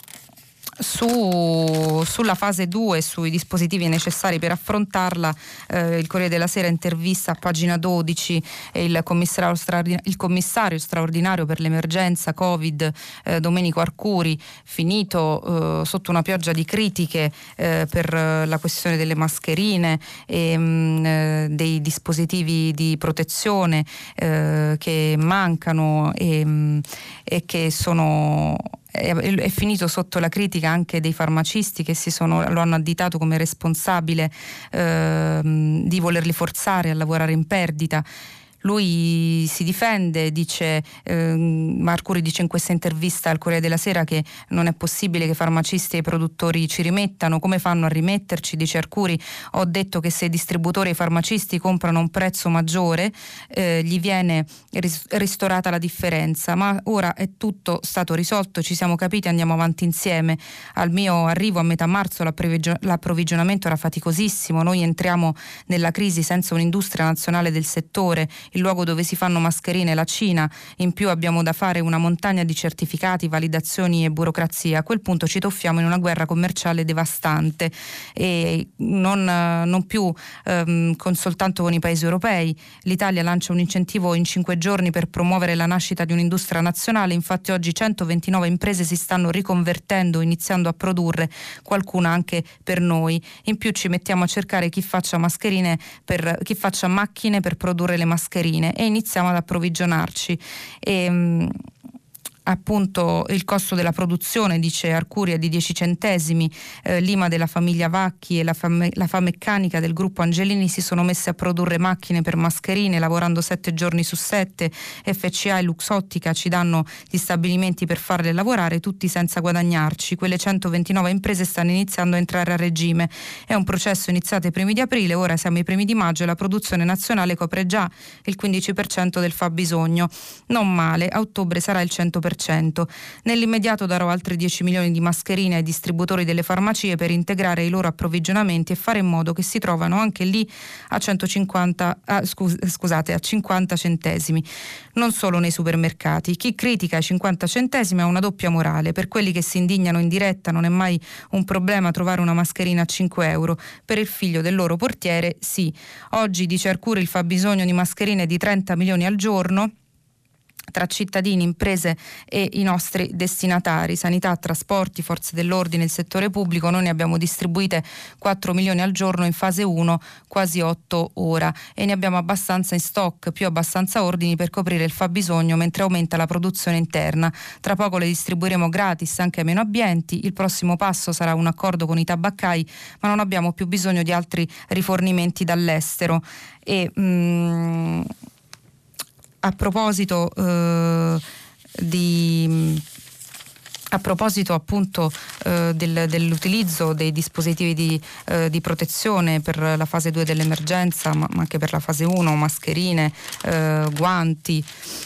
Su, sulla fase due, sui dispositivi necessari per affrontarla, eh, il Corriere della Sera intervista a pagina dodici il commissario, straordin- il commissario straordinario per l'emergenza Covid, eh, Domenico Arcuri, finito eh, sotto una pioggia di critiche eh, per la questione delle mascherine e mh, eh, dei dispositivi di protezione eh, che mancano e, mh, e che sono è finito sotto la critica anche dei farmacisti, che si sono, lo hanno additato come responsabile eh, di volerli forzare a lavorare in perdita. Lui si difende, dice, eh, Arcuri dice in questa intervista al Corriere della Sera che non è possibile che farmacisti e produttori ci rimettano. Come fanno a rimetterci? Dice Arcuri: ho detto che se i distributori e i farmacisti comprano a un prezzo maggiore eh, gli viene ris- ristorata la differenza, ma ora è tutto stato risolto, ci siamo capiti, andiamo avanti insieme. Al mio arrivo a metà marzo l'approvvigio- l'approvvigionamento era faticosissimo, noi entriamo nella crisi senza un'industria nazionale del settore. Il luogo dove si fanno mascherine è la Cina, in più abbiamo da fare una montagna di certificati, validazioni e burocrazia. A quel punto ci tuffiamo in una guerra commerciale devastante, e non, non più ehm, con soltanto con i paesi europei. L'Italia lancia un incentivo in cinque giorni per promuovere la nascita di un'industria nazionale. Infatti oggi centoventinove imprese si stanno riconvertendo, iniziando a produrre, qualcuna anche per noi. In più ci mettiamo a cercare chi faccia mascherine per chi faccia macchine per produrre le mascherine e iniziamo ad approvvigionarci. E, appunto il costo della produzione, dice Arcuri, è di dieci centesimi. eh, Lima della famiglia Vacchi e la, fam- la Fameccanica del gruppo Angelini si sono messe a produrre macchine per mascherine lavorando sette giorni su sette. F C A e Luxottica ci danno gli stabilimenti per farle lavorare, tutti senza guadagnarci. Quelle centoventinove imprese stanno iniziando a entrare a regime. È un processo iniziato ai primi di aprile, ora siamo ai primi di maggio e la produzione nazionale copre già il quindici per cento del fabbisogno. Non male, a ottobre sarà il cento per cento. Nell'immediato darò altri dieci milioni di mascherine ai distributori delle farmacie per integrare i loro approvvigionamenti e fare in modo che si trovano anche lì a centocinquanta ah, scus- scusate a cinquanta centesimi, non solo nei supermercati. Chi critica i cinquanta centesimi ha una doppia morale. Per quelli che si indignano in diretta non è mai un problema trovare una mascherina a cinque euro, per il figlio del loro portiere sì. Oggi, dice Arcuri, il fabbisogno di mascherine è di trenta milioni al giorno tra cittadini, imprese e i nostri destinatari, sanità, trasporti, forze dell'ordine, il settore pubblico. Noi ne abbiamo distribuite quattro milioni al giorno in fase uno, quasi otto ora, e ne abbiamo abbastanza in stock, più abbastanza ordini per coprire il fabbisogno mentre aumenta la produzione interna. Tra poco le distribuiremo gratis anche ai meno abbienti. Il prossimo passo sarà un accordo con i tabaccai, ma non abbiamo più bisogno di altri rifornimenti dall'estero. E mm, A proposito eh, di a proposito appunto eh, del, dell'utilizzo dei dispositivi di, eh, di protezione per la fase due dell'emergenza, ma, ma anche per la fase uno, mascherine, eh, guanti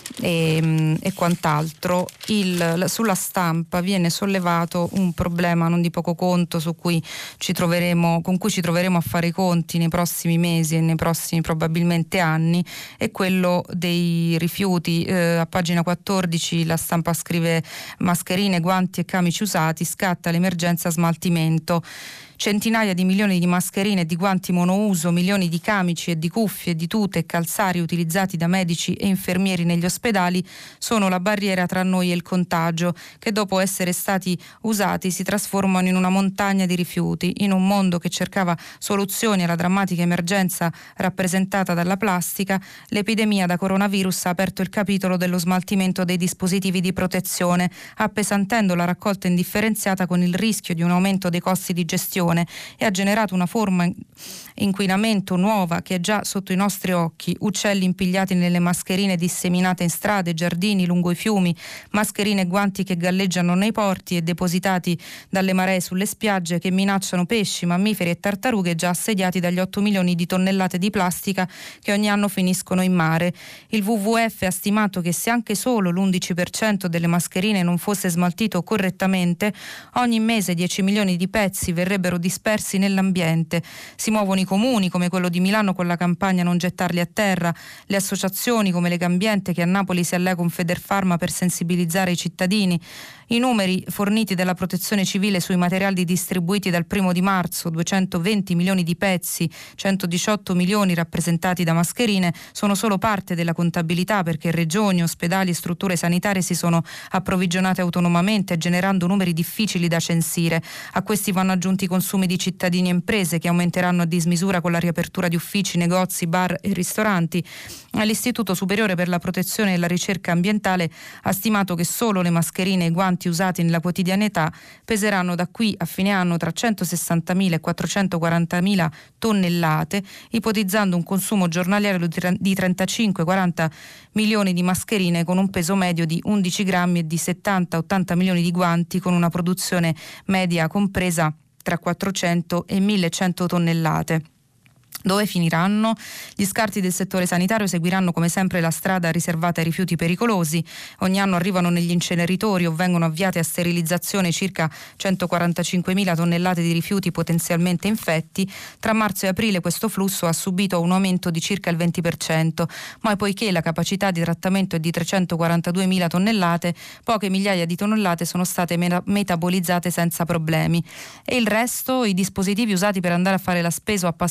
e, e quant'altro, il, sulla stampa viene sollevato un problema non di poco conto su cui ci troveremo, con cui ci troveremo a fare i conti nei prossimi mesi e nei prossimi probabilmente anni, è quello dei rifiuti. Eh, a pagina quattordici la stampa scrive: mascherine, guanti e camici usati, scatta l'emergenza smaltimento. Centinaia di milioni di mascherine e di guanti monouso, milioni di camici e di cuffie, di tute e calzari utilizzati da medici e infermieri negli ospedali sono la barriera tra noi e il contagio, che dopo essere stati usati si trasformano in una montagna di rifiuti. In un mondo che cercava soluzioni alla drammatica emergenza rappresentata dalla plastica, l'epidemia da coronavirus ha aperto il capitolo dello smaltimento dei dispositivi di protezione, appesantendo la raccolta indifferenziata con il rischio di un aumento dei costi di gestione, e ha generato una forma inquinamento nuova che è già sotto i nostri occhi: uccelli impigliati nelle mascherine disseminate in strade, giardini, lungo i fiumi, mascherine e guanti che galleggiano nei porti e depositati dalle maree sulle spiagge, che minacciano pesci, mammiferi e tartarughe già assediati dagli otto milioni di tonnellate di plastica che ogni anno finiscono in mare. Il W W F ha stimato che se anche solo l'undici per cento delle mascherine non fosse smaltito correttamente, ogni mese dieci milioni di pezzi verrebbero dispersi nell'ambiente. Si muovono i comuni come quello di Milano con la campagna Non gettarli a terra, le associazioni come Legambiente che a Napoli si allega con Federfarma per sensibilizzare i cittadini. I numeri forniti dalla Protezione Civile sui materiali distribuiti dal primo di marzo, duecentoventi milioni di pezzi, centodiciotto milioni rappresentati da mascherine, sono solo parte della contabilità, perché regioni, ospedali e strutture sanitarie si sono approvvigionate autonomamente, generando numeri difficili da censire. A questi vanno aggiunti i consumi di cittadini e imprese, che aumenteranno a dismisura con la riapertura di uffici, negozi, bar e ristoranti. L'Istituto Superiore per la Protezione e la Ricerca Ambientale ha stimato che solo le mascherine e i guanti usati nella quotidianità peseranno da qui a fine anno tra centosessantamila e quattrocentoquarantamila tonnellate, ipotizzando un consumo giornaliero di trentacinque quaranta milioni di mascherine con un peso medio di undici grammi e di settanta ottanta milioni di guanti con una produzione media compresa tra quattrocento e millecento tonnellate. Dove finiranno? Gli scarti del settore sanitario seguiranno come sempre la strada riservata ai rifiuti pericolosi. Ogni anno arrivano negli inceneritori o vengono avviate a sterilizzazione circa centoquarantacinquemila tonnellate di rifiuti potenzialmente infetti. Tra marzo e aprile questo flusso ha subito un aumento di circa il venti per cento, ma poiché la capacità di trattamento è di trecentoquarantaduemila tonnellate, poche migliaia di tonnellate sono state meta- metabolizzate senza problemi. E il resto, i dispositivi usati per andare a fare la spesa o a passeggiare, vanno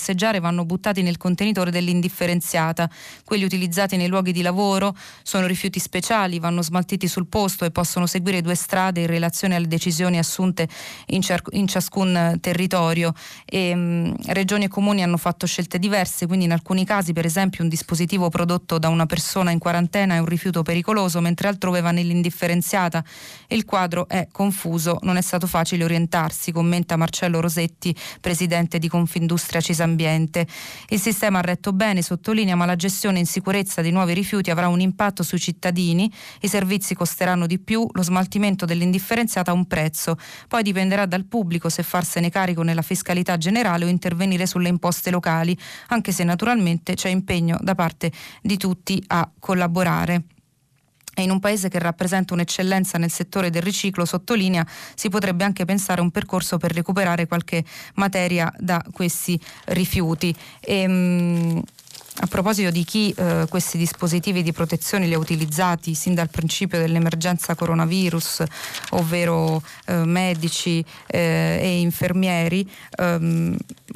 vanno buttati nel contenitore dell'indifferenziata. Quelli utilizzati nei luoghi di lavoro sono rifiuti speciali, vanno smaltiti sul posto e possono seguire due strade in relazione alle decisioni assunte in, cer- in ciascun territorio. E, mh, regioni e comuni hanno fatto scelte diverse, quindi in alcuni casi, per esempio, un dispositivo prodotto da una persona in quarantena è un rifiuto pericoloso, mentre altrove va nell'indifferenziata. Il quadro è confuso, non è stato facile orientarsi, commenta Marcello Rosetti, presidente di Confindustria Cisambiente. Il sistema ha retto bene, sottolinea, ma la gestione in sicurezza dei nuovi rifiuti avrà un impatto sui cittadini, i servizi costeranno di più, lo smaltimento dell'indifferenziata ha un prezzo, poi dipenderà dal pubblico se farsene carico nella fiscalità generale o intervenire sulle imposte locali, anche se naturalmente c'è impegno da parte di tutti a collaborare. E in un paese che rappresenta un'eccellenza nel settore del riciclo, sottolinea, si potrebbe anche pensare a un percorso per recuperare qualche materia da questi rifiuti. E, mh, a proposito di chi eh, questi dispositivi di protezione li ha utilizzati sin dal principio dell'emergenza coronavirus, ovvero eh, medici eh, e infermieri, ehm,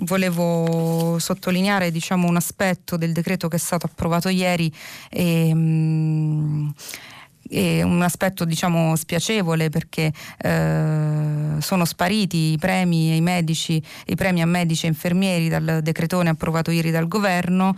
volevo sottolineare diciamo, un aspetto del decreto che è stato approvato ieri e, mh, e un aspetto diciamo spiacevole, perché eh, sono spariti i premi ai medici, i premi a medici e infermieri dal decretone approvato ieri dal governo,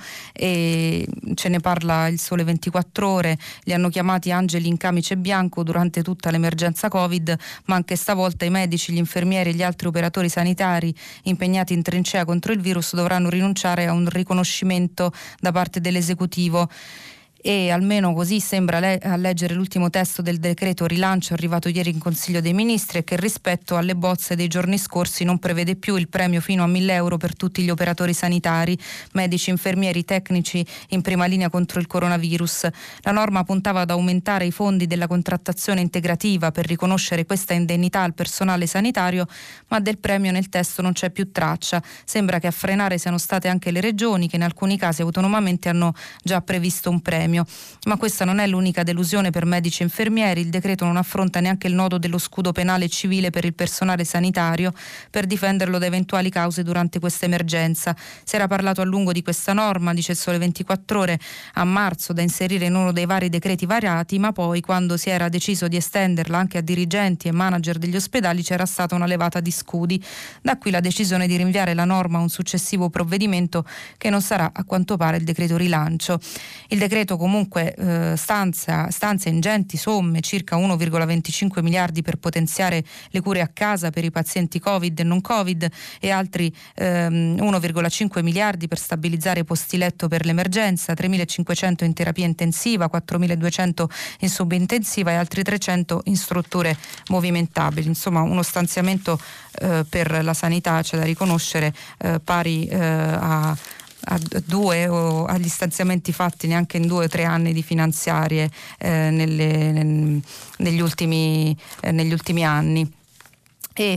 e ce ne parla il Sole ventiquattro Ore. Li hanno chiamati angeli in camice bianco durante tutta l'emergenza Covid, ma anche stavolta i medici, gli infermieri e gli altri operatori sanitari impegnati in trincea contro il virus dovranno rinunciare a un riconoscimento da parte dell'esecutivo. E almeno così sembra le- a leggere l'ultimo testo del decreto rilancio arrivato ieri in Consiglio dei Ministri, e che rispetto alle bozze dei giorni scorsi non prevede più il premio fino a mille euro per tutti gli operatori sanitari, medici, infermieri, tecnici in prima linea contro il coronavirus. La norma puntava ad aumentare i fondi della contrattazione integrativa per riconoscere questa indennità al personale sanitario, ma del premio nel testo non c'è più traccia. Sembra che a frenare siano state anche le regioni, che in alcuni casi autonomamente hanno già previsto un premio. Ma questa non è l'unica delusione per medici e infermieri. Il decreto non affronta neanche il nodo dello scudo penale e civile per il personale sanitario per difenderlo da eventuali cause durante questa emergenza. Si era parlato a lungo di questa norma, dice il Sole ventiquattro Ore, a marzo, da inserire in uno dei vari decreti variati, ma poi quando si era deciso di estenderla anche a dirigenti e manager degli ospedali c'era stata una levata di scudi. Da qui la decisione di rinviare la norma a un successivo provvedimento che non sarà a quanto pare il decreto rilancio. Il decreto comunque eh, stanzia, stanzia ingenti somme, circa uno virgola venticinque miliardi per potenziare le cure a casa per i pazienti Covid e non Covid, e altri ehm, uno virgola cinque miliardi per stabilizzare posti letto per l'emergenza, tremilacinquecento in terapia intensiva, quattromiladuecento in subintensiva e altri trecento in strutture movimentabili. Insomma, uno stanziamento eh, per la sanità, c'è da riconoscere, eh, pari eh, a a due o agli stanziamenti fatti neanche in due o tre anni di finanziarie eh, nelle, nel, negli ultimi eh, negli ultimi anni. E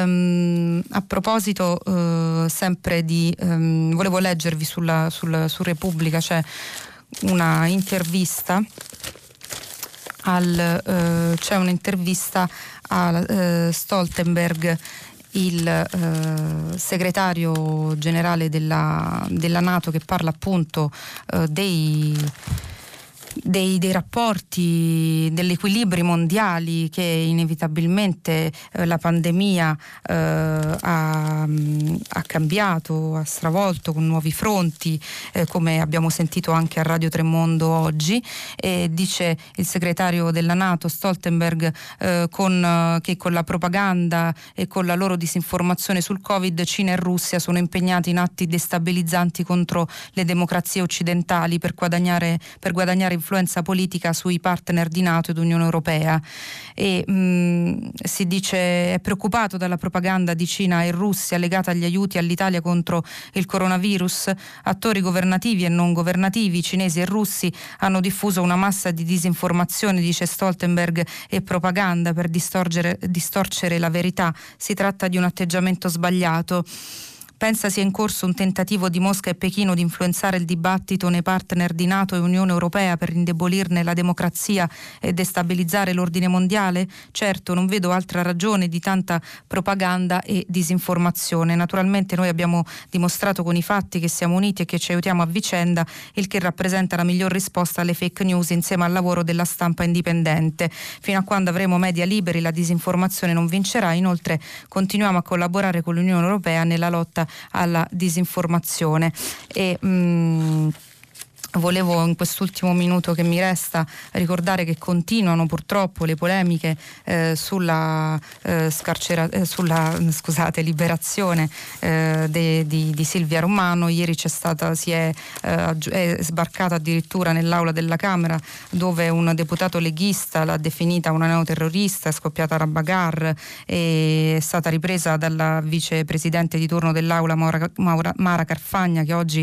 um, a proposito uh, sempre di um, volevo leggervi sulla, sul, su Repubblica c'è una intervista al uh, c'è un'intervista a uh, Stoltenberg, il eh, segretario generale della, della NATO, che parla appunto eh, dei, dei, dei rapporti, degli equilibri mondiali che inevitabilmente eh, la pandemia eh, ha, ha cambiato, ha stravolto con nuovi fronti, eh, come abbiamo sentito anche a Radio Tremondo oggi. E dice il segretario della NATO Stoltenberg eh, con, eh, che con la propaganda e con la loro disinformazione sul Covid, Cina e Russia sono impegnati in atti destabilizzanti contro le democrazie occidentali per guadagnare, per guadagnare influenza politica sui partner di NATO ed Unione Europea. E mh, si dice è preoccupato dalla propaganda di Cina e Russia legata agli aiuti all'Italia contro il coronavirus. Attori governativi e non governativi, cinesi e russi, hanno diffuso una massa di disinformazione, dice Stoltenberg, e propaganda per distorcere, distorcere la verità. Si tratta di un atteggiamento sbagliato. pensa sia in corso un tentativo di Mosca e Pechino di influenzare il dibattito nei partner di NATO e Unione Europea per indebolirne la democrazia e destabilizzare l'ordine mondiale? Certo, non vedo altra ragione di tanta propaganda e disinformazione. Naturalmente noi abbiamo dimostrato con i fatti che siamo uniti e che ci aiutiamo a vicenda, il che rappresenta la miglior risposta alle fake news insieme al lavoro della stampa indipendente. Fino a quando avremo media liberi la disinformazione non vincerà. Inoltre continuiamo a collaborare con l'Unione Europea nella lotta alla disinformazione. E mh, volevo in quest'ultimo minuto che mi resta ricordare che continuano purtroppo le polemiche eh, sulla, eh, scarcera, eh, sulla scusate, liberazione eh, de, di, di Silvia Romano. Ieri c'è stata, si è, eh, è sbarcata addirittura nell'aula della Camera, dove un deputato leghista l'ha definita una neoterrorista, è scoppiata la bagarre, è stata ripresa dalla vicepresidente di turno dell'aula Maura, Maura, Mara Carfagna, che oggi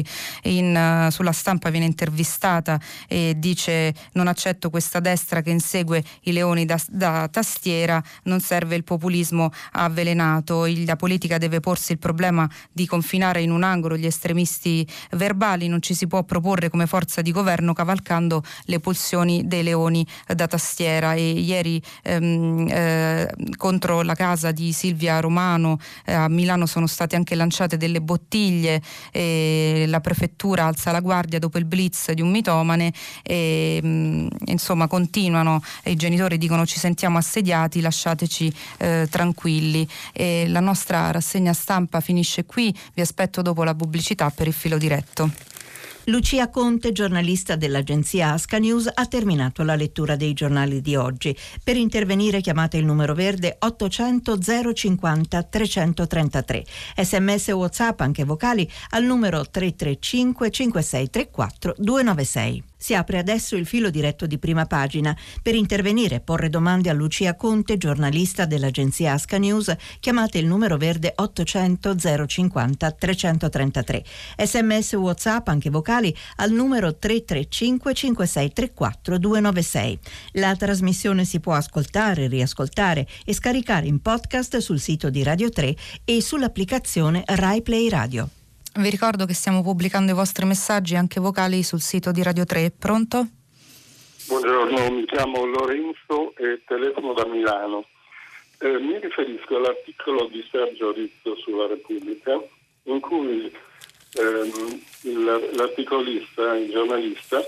in, sulla stampa viene intervistata e dice: non accetto questa destra che insegue i leoni da, da tastiera, non serve il populismo avvelenato, il, la politica deve porsi il problema di confinare in un angolo gli estremisti verbali, non ci si può proporre come forza di governo cavalcando le pulsioni dei leoni da tastiera. E ieri ehm, eh, contro la casa di Silvia Romano eh, a Milano sono state anche lanciate delle bottiglie e la prefettura alza la guardia dopo il blitz di un mitomane e mh, insomma continuano, e i genitori dicono: ci sentiamo assediati, lasciateci eh, tranquilli. E la nostra rassegna stampa finisce qui, vi aspetto dopo la pubblicità per il filo diretto. Lucia Conte, giornalista dell'agenzia Asca News, ha terminato la lettura dei giornali di oggi. Per intervenire chiamate il numero verde ottocento zero cinquanta trecentotrentatré. Sms o WhatsApp, anche vocali, al numero tre tre cinque cinque sei tre quattro due nove sei. Si apre adesso il filo diretto di Prima Pagina. Per intervenire e porre domande a Lucia Conte, giornalista dell'agenzia Asca News, chiamate il numero verde ottocento zero cinquanta trecentotrentatré. Sms o WhatsApp, anche vocali, al numero tre tre cinque cinque sei tre quattro due nove sei. La trasmissione si può ascoltare, riascoltare e scaricare in podcast sul sito di Radio tre e sull'applicazione Rai Play Radio. Vi ricordo che stiamo pubblicando i vostri messaggi anche vocali sul sito di Radio tre. Pronto? Buongiorno, mi chiamo Lorenzo e telefono da Milano. Eh, mi riferisco all'articolo di Sergio Rizzo sulla Repubblica, in cui ehm, il, l'articolista, il giornalista,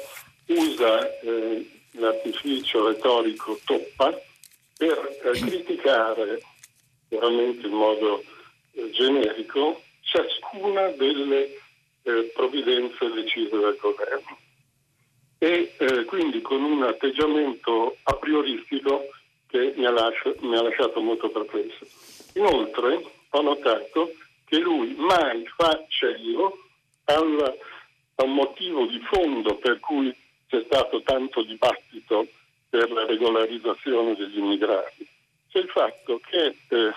usa eh, l'artificio retorico toppa per eh, criticare, veramente in modo eh, generico, ciascuna delle eh, provvidenze decise dal governo e eh, quindi con un atteggiamento a prioristico che mi ha, lascia, mi ha lasciato molto perplesso. Inoltre ho notato che lui mai fa cenno al, a un motivo di fondo per cui c'è stato tanto dibattito per la regolarizzazione degli immigrati. C'è il fatto che eh,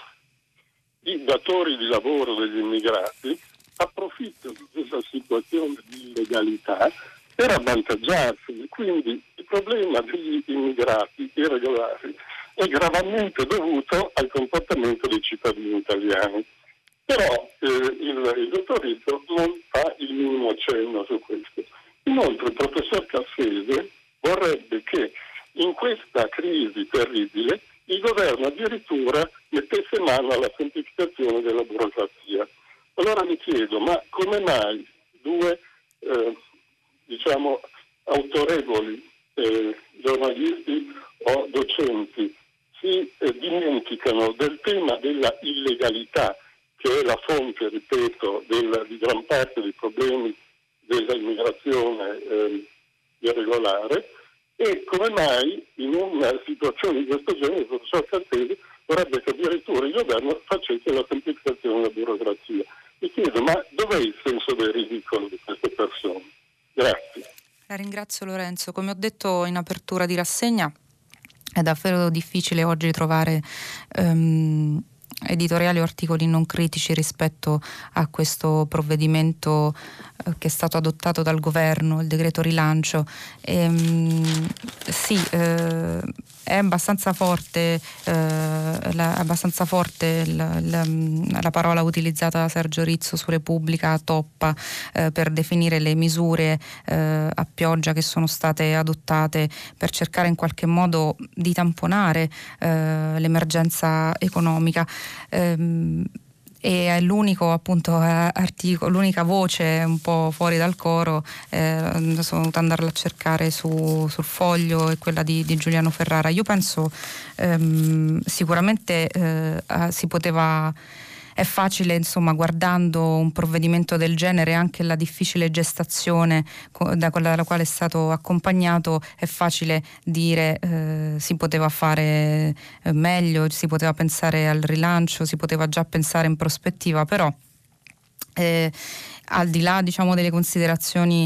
i datori di lavoro degli immigrati approfittano di questa situazione di illegalità per avvantaggiarsi. Quindi il problema degli immigrati irregolari è gravemente dovuto al comportamento dei cittadini italiani. Però eh, il, il dottor Rizzo non fa il minimo cenno su questo. Inoltre il professor Cassese vorrebbe che in questa crisi terribile il governo addirittura mettesse mano alla semplificazione della burocrazia. Allora mi chiedo, ma come mai due eh, diciamo autorevoli eh, giornalisti o docenti si eh, dimenticano del tema della illegalità, che è la fonte, ripeto, del, di gran parte dei problemi dell'immigrazione eh, irregolare? E come mai in una situazione di questo genere il professor Cassese vorrebbe che addirittura il governo facesse la semplificazione della burocrazia? Mi chiedo, ma dov'è il senso del ridicolo di queste persone? Grazie. La ringrazio Lorenzo. Come ho detto in apertura di rassegna, è davvero difficile oggi trovare um, editoriali o articoli non critici rispetto a questo provvedimento eh, che è stato adottato dal governo, il decreto rilancio. E, mh, sì, eh, è abbastanza forte, eh, la, abbastanza forte la, la, la parola utilizzata da Sergio Rizzo su Repubblica, toppa, eh, per definire le misure eh, a pioggia che sono state adottate per cercare in qualche modo di tamponare eh, l'emergenza economica. Ehm, e è l'unico appunto articolo, l'unica voce un po' fuori dal coro, eh, sono dovuta andarla a cercare su, sul Foglio, e quella di, di Giuliano Ferrara. Io penso ehm, sicuramente eh, si poteva, è facile, insomma, guardando un provvedimento del genere, anche la difficile gestazione da quella dalla quale è stato accompagnato, è facile dire eh, si poteva fare meglio, si poteva pensare al rilancio, si poteva già pensare in prospettiva, però eh, al di là, diciamo, delle considerazioni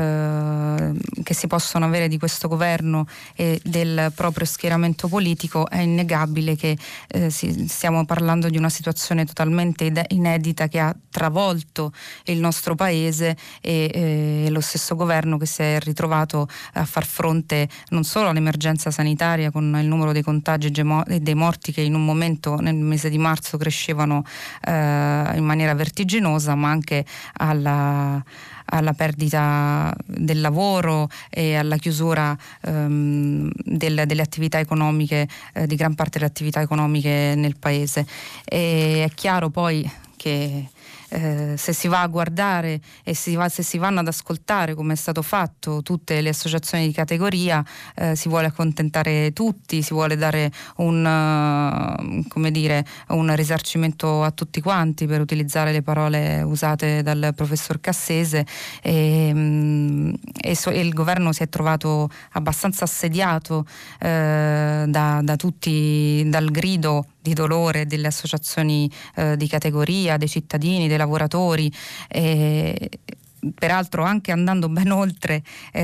eh, che si possono avere di questo governo e del proprio schieramento politico, è innegabile che eh, si, stiamo parlando di una situazione totalmente inedita che ha travolto il nostro paese, e eh, lo stesso governo che si è ritrovato a far fronte non solo all'emergenza sanitaria, con il numero dei contagi e dei morti che in un momento nel mese di marzo crescevano eh, in maniera vertiginosa, ma anche alla, alla perdita del lavoro e alla chiusura ehm, del, delle attività economiche, eh, di gran parte delle attività economiche nel paese. E è chiaro poi che Eh, se si va a guardare e si va, se si vanno ad ascoltare, come è stato fatto, tutte le associazioni di categoria, eh, si vuole accontentare tutti, si vuole dare un, uh, come dire, un risarcimento a tutti quanti, per utilizzare le parole usate dal professor Cassese, e, um, e, so, e il governo si è trovato abbastanza assediato eh, da, da tutti, dal grido di dolore delle associazioni eh, di categoria, dei cittadini, dei lavoratori, eh, peraltro anche andando ben oltre,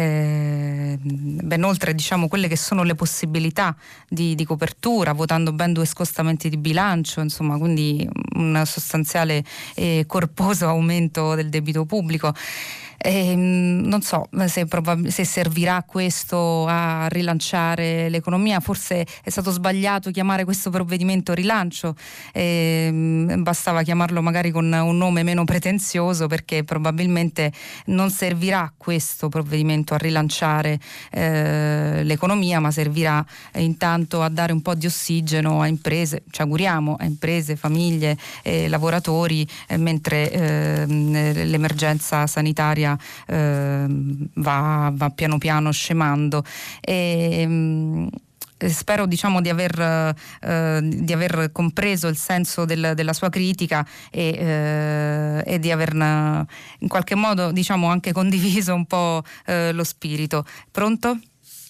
eh, ben oltre diciamo quelle che sono le possibilità di, di copertura, votando ben due scostamenti di bilancio, insomma, quindi un sostanziale e corposo aumento del debito pubblico. E, non so se, probab- se servirà questo a rilanciare l'economia. Forse è stato sbagliato chiamare questo provvedimento rilancio, e, bastava chiamarlo magari con un nome meno pretenzioso, perché probabilmente non servirà questo provvedimento a rilanciare eh, l'economia, ma servirà eh, intanto a dare un po' di ossigeno a imprese, ci auguriamo, a imprese, famiglie e lavoratori, eh, mentre eh, l'emergenza sanitaria eh, va, va piano piano scemando. E, mh, spero, diciamo, di aver, eh, di aver compreso il senso del, della sua critica, e, eh, e di aver in qualche modo, diciamo, anche condiviso un po' eh, lo spirito. Pronto?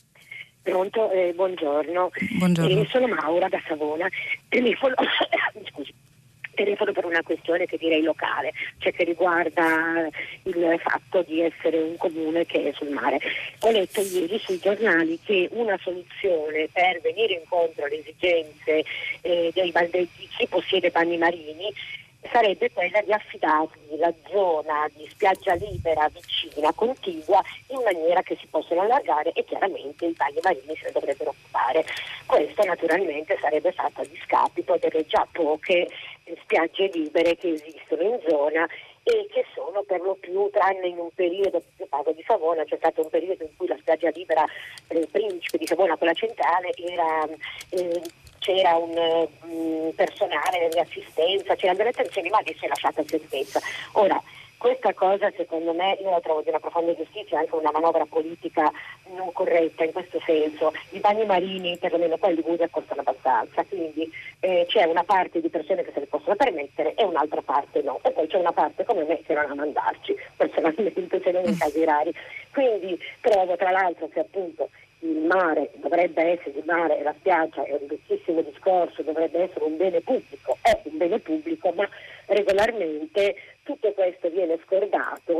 Pronto, eh, buongiorno. Buongiorno. Eh, sono Maura da Savona. Telefono, scusi, telefono per una questione che direi locale, cioè che riguarda il fatto di essere un comune che è sul mare. Ho letto ieri sui giornali che una soluzione per venire incontro alle esigenze eh, dei, dei, di chi possiede bagni marini sarebbe quella di affidargli la zona di spiaggia libera vicina, contigua, in maniera che si possano allargare, e chiaramente i bagni marini se ne dovrebbero occupare. Questo naturalmente sarebbe fatto a discapito delle già poche eh, spiagge libere che esistono in zona, e che sono per lo più, tranne in un periodo, io parlo di Savona, c'è stato un periodo in cui la spiaggia libera eh, Principe di Savona, quella centrale, era eh, c'era un um, personale di assistenza, c'erano delle attenzioni, ma lì si è lasciata a se stessa. Ora, questa cosa secondo me, io la trovo di una profonda giustizia, anche una manovra politica non corretta in questo senso. I bagni marini, perlomeno poi di Liguria, costano abbastanza, quindi eh, c'è una parte di persone che se le possono permettere e un'altra parte no, e poi c'è una parte come me che non ha mandarci, personalmente, se non in casi rari. Quindi trovo, tra l'altro, che appunto il mare dovrebbe essere, il mare e la spiaggia è un vecchissimo discorso, dovrebbe essere un bene pubblico, è un bene pubblico, ma regolarmente tutto questo viene scordato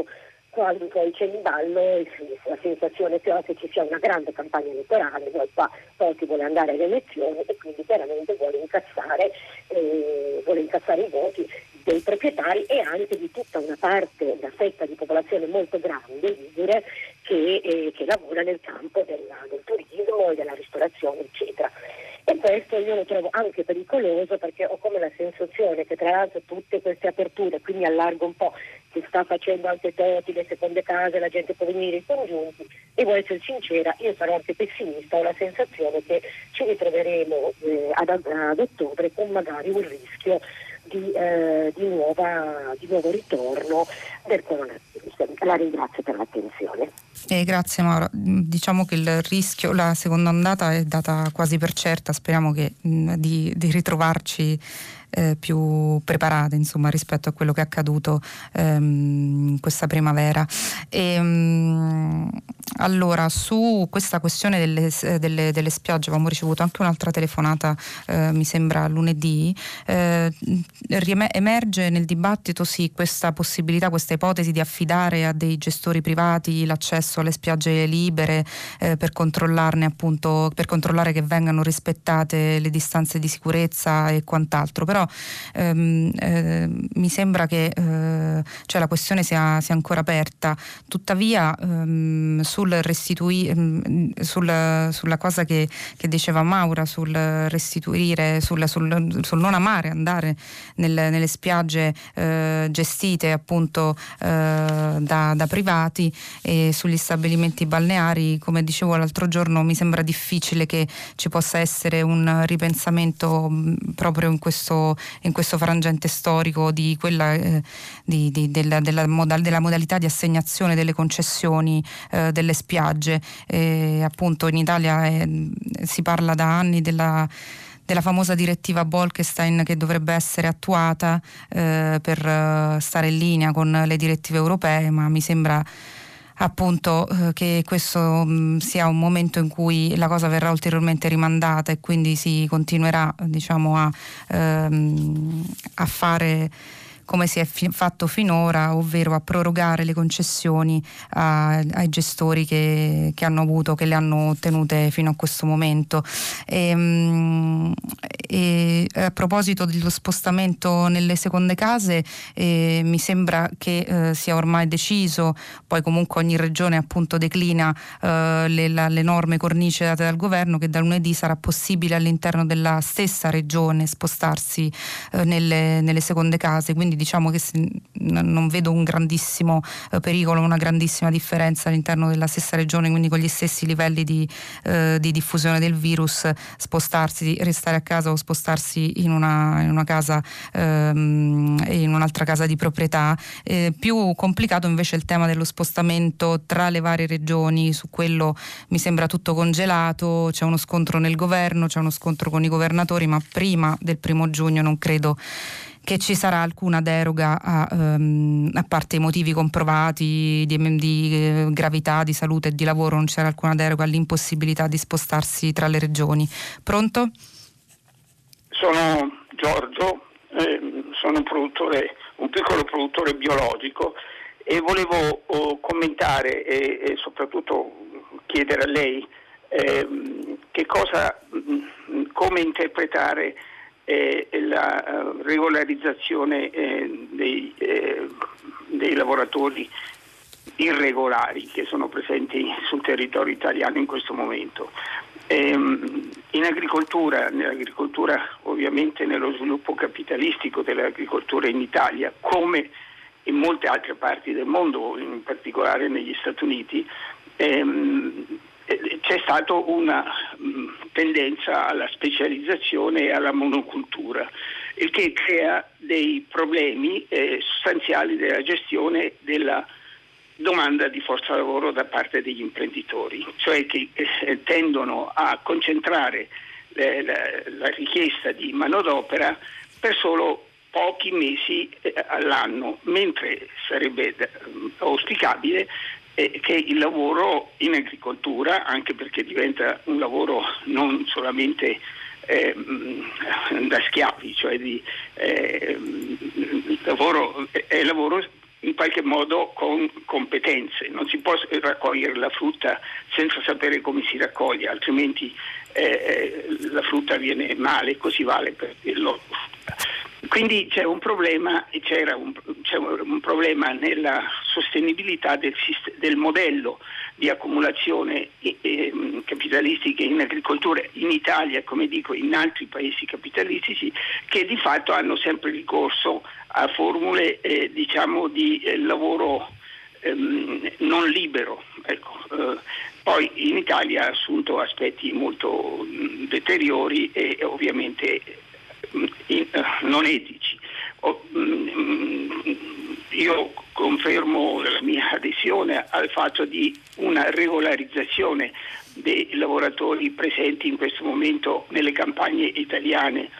quando poi c'è in ballo la sensazione però che ci sia una grande campagna elettorale, poi qua Totti vuole andare alle elezioni e quindi chiaramente vuole incassare, eh, vuole incassare i voti dei proprietari e anche di tutta una parte, una fetta di popolazione molto grande, ligure, che, eh, che lavora nel campo della, del turismo e della ristorazione, eccetera. E questo io lo trovo anche pericoloso, perché ho come la sensazione che tra l'altro tutte queste aperture, quindi allargo un po', che sta facendo anche Totti, le seconde case, la gente può venire in congiunti, e devo essere sincera, io sarò anche pessimista, ho la sensazione che ci ritroveremo eh, ad, ad ottobre con magari un rischio di, eh, di, nuova, di nuovo ritorno del coronavirus. La ringrazio per l'attenzione. Eh, grazie Maura. Diciamo che il rischio, la seconda ondata è data quasi per certa, speriamo che, mh, di, di ritrovarci eh, più preparate, insomma, rispetto a quello che è accaduto ehm, questa primavera. E, mh, allora, su questa questione delle, delle, delle spiagge avevamo ricevuto anche un'altra telefonata, eh, mi sembra lunedì. Eh, emerge nel dibattito sì questa possibilità, questa ipotesi di affidare a dei gestori privati l'accesso alle spiagge libere eh, per controllarne appunto, per controllare che vengano rispettate le distanze di sicurezza e quant'altro, però ehm, eh, mi sembra che eh, cioè la questione sia, sia ancora aperta. Tuttavia ehm, sul restituire ehm, sul, sulla cosa che, che diceva Maura, sul restituire, sul, sul, sul non amare andare nel, nelle spiagge eh, gestite appunto eh, da, da privati e sugli stabilimenti balneari, come dicevo l'altro giorno, mi sembra difficile che ci possa essere un ripensamento mh, proprio in questo, in questo frangente storico di quella eh, di, di, della, della, modal, della modalità di assegnazione delle concessioni eh, delle spiagge. E appunto in Italia eh, si parla da anni della della famosa direttiva Bolkestein che dovrebbe essere attuata eh, per uh, stare in linea con le direttive europee, ma mi sembra appunto eh, che questo mh, sia un momento in cui la cosa verrà ulteriormente rimandata e quindi si continuerà, diciamo, a, ehm, a fare come si è fi- fatto finora, ovvero a prorogare le concessioni a, ai gestori che, che hanno avuto, che le hanno ottenute fino a questo momento. E, mh, e a proposito dello spostamento nelle seconde case, eh, mi sembra che eh, sia ormai deciso, poi comunque ogni regione appunto declina eh, le, la, le norme cornice date dal governo, che da lunedì sarà possibile all'interno della stessa regione spostarsi eh, nelle, nelle seconde case, quindi diciamo che non vedo un grandissimo eh, pericolo, una grandissima differenza all'interno della stessa regione, quindi con gli stessi livelli di, eh, di diffusione del virus, spostarsi, restare a casa o spostarsi in una, in una casa ehm, e in un'altra casa di proprietà. Eh, più complicato invece il tema dello spostamento tra le varie regioni, su quello mi sembra tutto congelato, c'è uno scontro nel governo, c'è uno scontro con i governatori, ma prima del primo giugno non credo che ci sarà alcuna deroga a, um, a parte i motivi comprovati di, di eh, gravità, di salute e di lavoro, non c'era alcuna deroga all'impossibilità di spostarsi tra le regioni. Pronto? Sono Giorgio, eh, sono un produttore, un piccolo produttore biologico e volevo oh, commentare e, e soprattutto chiedere a lei eh, che cosa, come interpretare Eh, la uh, regolarizzazione eh, dei, eh, dei lavoratori irregolari che sono presenti sul territorio italiano in questo momento. Ehm, in agricoltura, nell'agricoltura ovviamente nello sviluppo capitalistico dell'agricoltura in Italia, come in molte altre parti del mondo, in particolare negli Stati Uniti, ehm, c'è stata una mh, tendenza alla specializzazione e alla monocultura, il che crea dei problemi eh, sostanziali della gestione della domanda di forza lavoro da parte degli imprenditori, cioè che eh, tendono a concentrare eh, la, la richiesta di manodopera per solo pochi mesi eh, all'anno, mentre sarebbe eh, auspicabile che il lavoro in agricoltura, anche perché diventa un lavoro non solamente eh, da schiavi, cioè di eh, lavoro, è lavoro in qualche modo con competenze. Non si può raccogliere la frutta senza sapere come si raccoglie, altrimenti eh, la frutta viene male, così vale per l'ortofrutta. Quindi c'è un problema, c'era un, c'è un problema nella sostenibilità del, del modello di accumulazione eh, capitalistica in agricoltura in Italia, come dico, in altri paesi capitalistici, che di fatto hanno sempre ricorso a formule eh, diciamo di eh, lavoro ehm, non libero. Ecco. Eh, poi in Italia ha assunto aspetti molto mh, deteriori e ovviamente mh, in, uh, non etici. Oh, mh, io confermo la mia adesione al fatto di una regolarizzazione dei lavoratori presenti in questo momento nelle campagne italiane,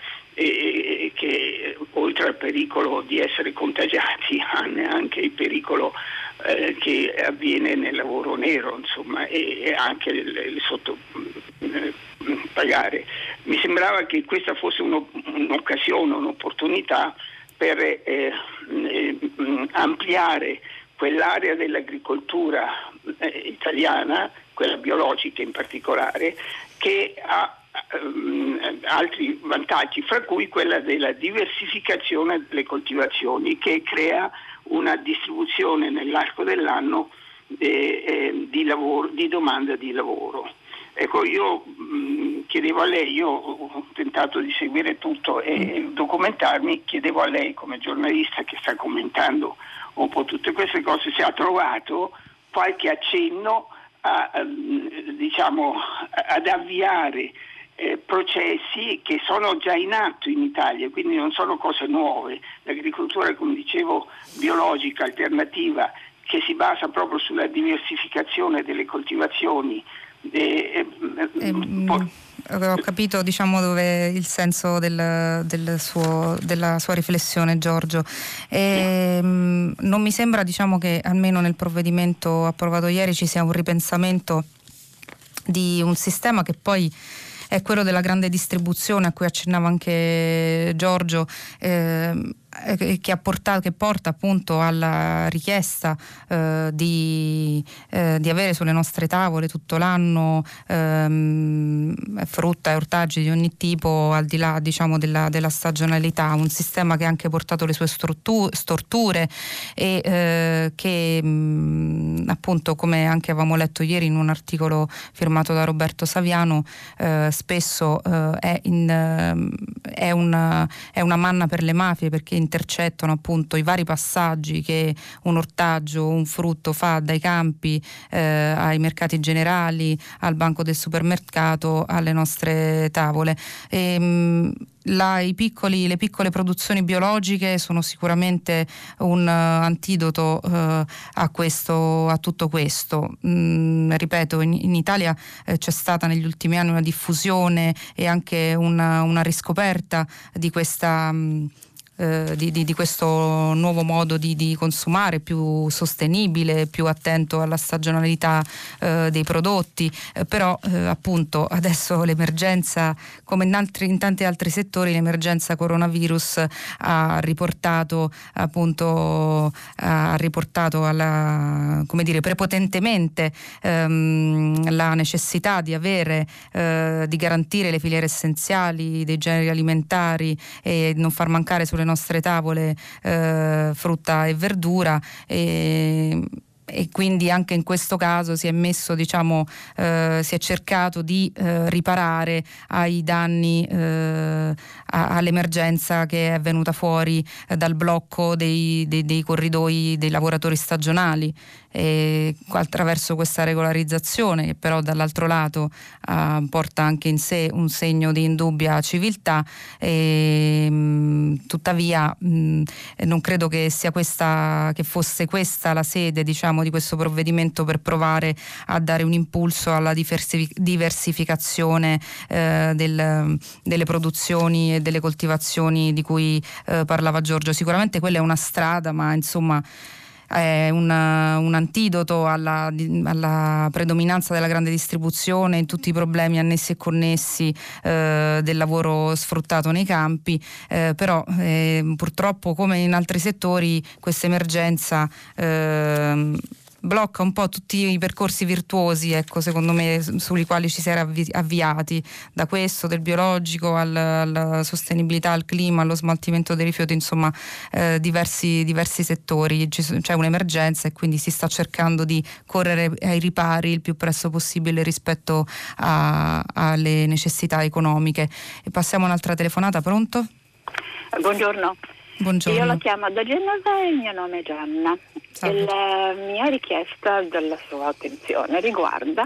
e che oltre al pericolo di essere contagiati hanno anche il pericolo eh, che avviene nel lavoro nero, insomma, e, e anche il, il sotto eh, pagare. Mi sembrava che questa fosse uno, un'occasione, un'opportunità per eh, eh, ampliare quell'area dell'agricoltura eh, italiana, quella biologica in particolare, che ha Um, altri vantaggi, fra cui quella della diversificazione delle coltivazioni, che crea una distribuzione nell'arco dell'anno eh, eh, di, lavoro, di domanda di lavoro. Ecco, io mh, chiedevo a lei, io ho tentato di seguire tutto e documentarmi, chiedevo a lei come giornalista che sta commentando un po' tutte queste cose, se ha trovato qualche accenno a, a, diciamo, ad avviare Eh, processi che sono già in atto in Italia, quindi non sono cose nuove. L'agricoltura, come dicevo, biologica, alternativa, che si basa proprio sulla diversificazione delle coltivazioni. Eh, eh, po- ho capito, diciamo, dove il senso del, del suo, della sua riflessione, Giorgio. E, mh, non mi sembra, diciamo, che almeno nel provvedimento approvato ieri ci sia un ripensamento di un sistema che poi è quello della grande distribuzione a cui accennava anche Giorgio, eh, che, ha portato, che porta appunto alla richiesta eh, di, eh, di avere sulle nostre tavole tutto l'anno ehm, frutta e ortaggi di ogni tipo, al di là, diciamo, della, della stagionalità, un sistema che ha anche portato le sue strutture, storture e eh, che mh, appunto, come anche avevamo letto ieri in un articolo firmato da Roberto Saviano, eh, spesso eh, è, in, eh, è, una, è una manna per le mafie, perché intercettano appunto i vari passaggi che un ortaggio, un frutto fa dai campi eh, ai mercati generali, al banco del supermercato, alle nostre tavole. E, mh, La, i piccoli, le piccole produzioni biologiche sono sicuramente un uh, antidoto uh, a, questo, a tutto questo. Mm, ripeto, in, in Italia eh, c'è stata negli ultimi anni una diffusione e anche una, una riscoperta di questa... Mm, Eh, di, di, di questo nuovo modo di, di consumare, più sostenibile, più attento alla stagionalità eh, dei prodotti, eh, però eh, appunto adesso l'emergenza, come in, altri, in tanti altri settori, l'emergenza coronavirus ha riportato appunto ha riportato alla, come dire, prepotentemente ehm, la necessità di avere eh, di garantire le filiere essenziali dei generi alimentari e non far mancare sulle nostre tavole eh, frutta e verdura, e, e quindi anche in questo caso si è messo, diciamo, eh, si è cercato di eh, riparare ai danni, eh, a, all'emergenza che è venuta fuori eh, dal blocco dei, dei, dei corridoi dei lavoratori stagionali, e attraverso questa regolarizzazione, che però dall'altro lato eh, porta anche in sé un segno di indubbia civiltà. E, mh, tuttavia mh, non credo che sia questa, che fosse questa la sede, diciamo, di questo provvedimento per provare a dare un impulso alla diversi- diversificazione eh, del, delle produzioni e delle coltivazioni di cui eh, parlava Giorgio. Sicuramente quella è una strada, ma insomma è un, un antidoto alla, alla predominanza della grande distribuzione in tutti i problemi annessi e connessi eh, del lavoro sfruttato nei campi, eh, però eh, purtroppo come in altri settori questa emergenza eh, blocca un po' tutti i percorsi virtuosi, ecco, secondo me, sui quali ci si era avvi- avviati, da questo del biologico al, alla sostenibilità, al clima, allo smaltimento dei rifiuti, insomma eh, diversi, diversi settori. Ci, c'è un'emergenza e quindi si sta cercando di correre ai ripari il più presto possibile rispetto a, alle necessità economiche. E passiamo a un'altra telefonata. Pronto? Buongiorno. Buongiorno. Io la chiamo da Genova e il mio nome è Gianna. E la mia richiesta della sua attenzione riguarda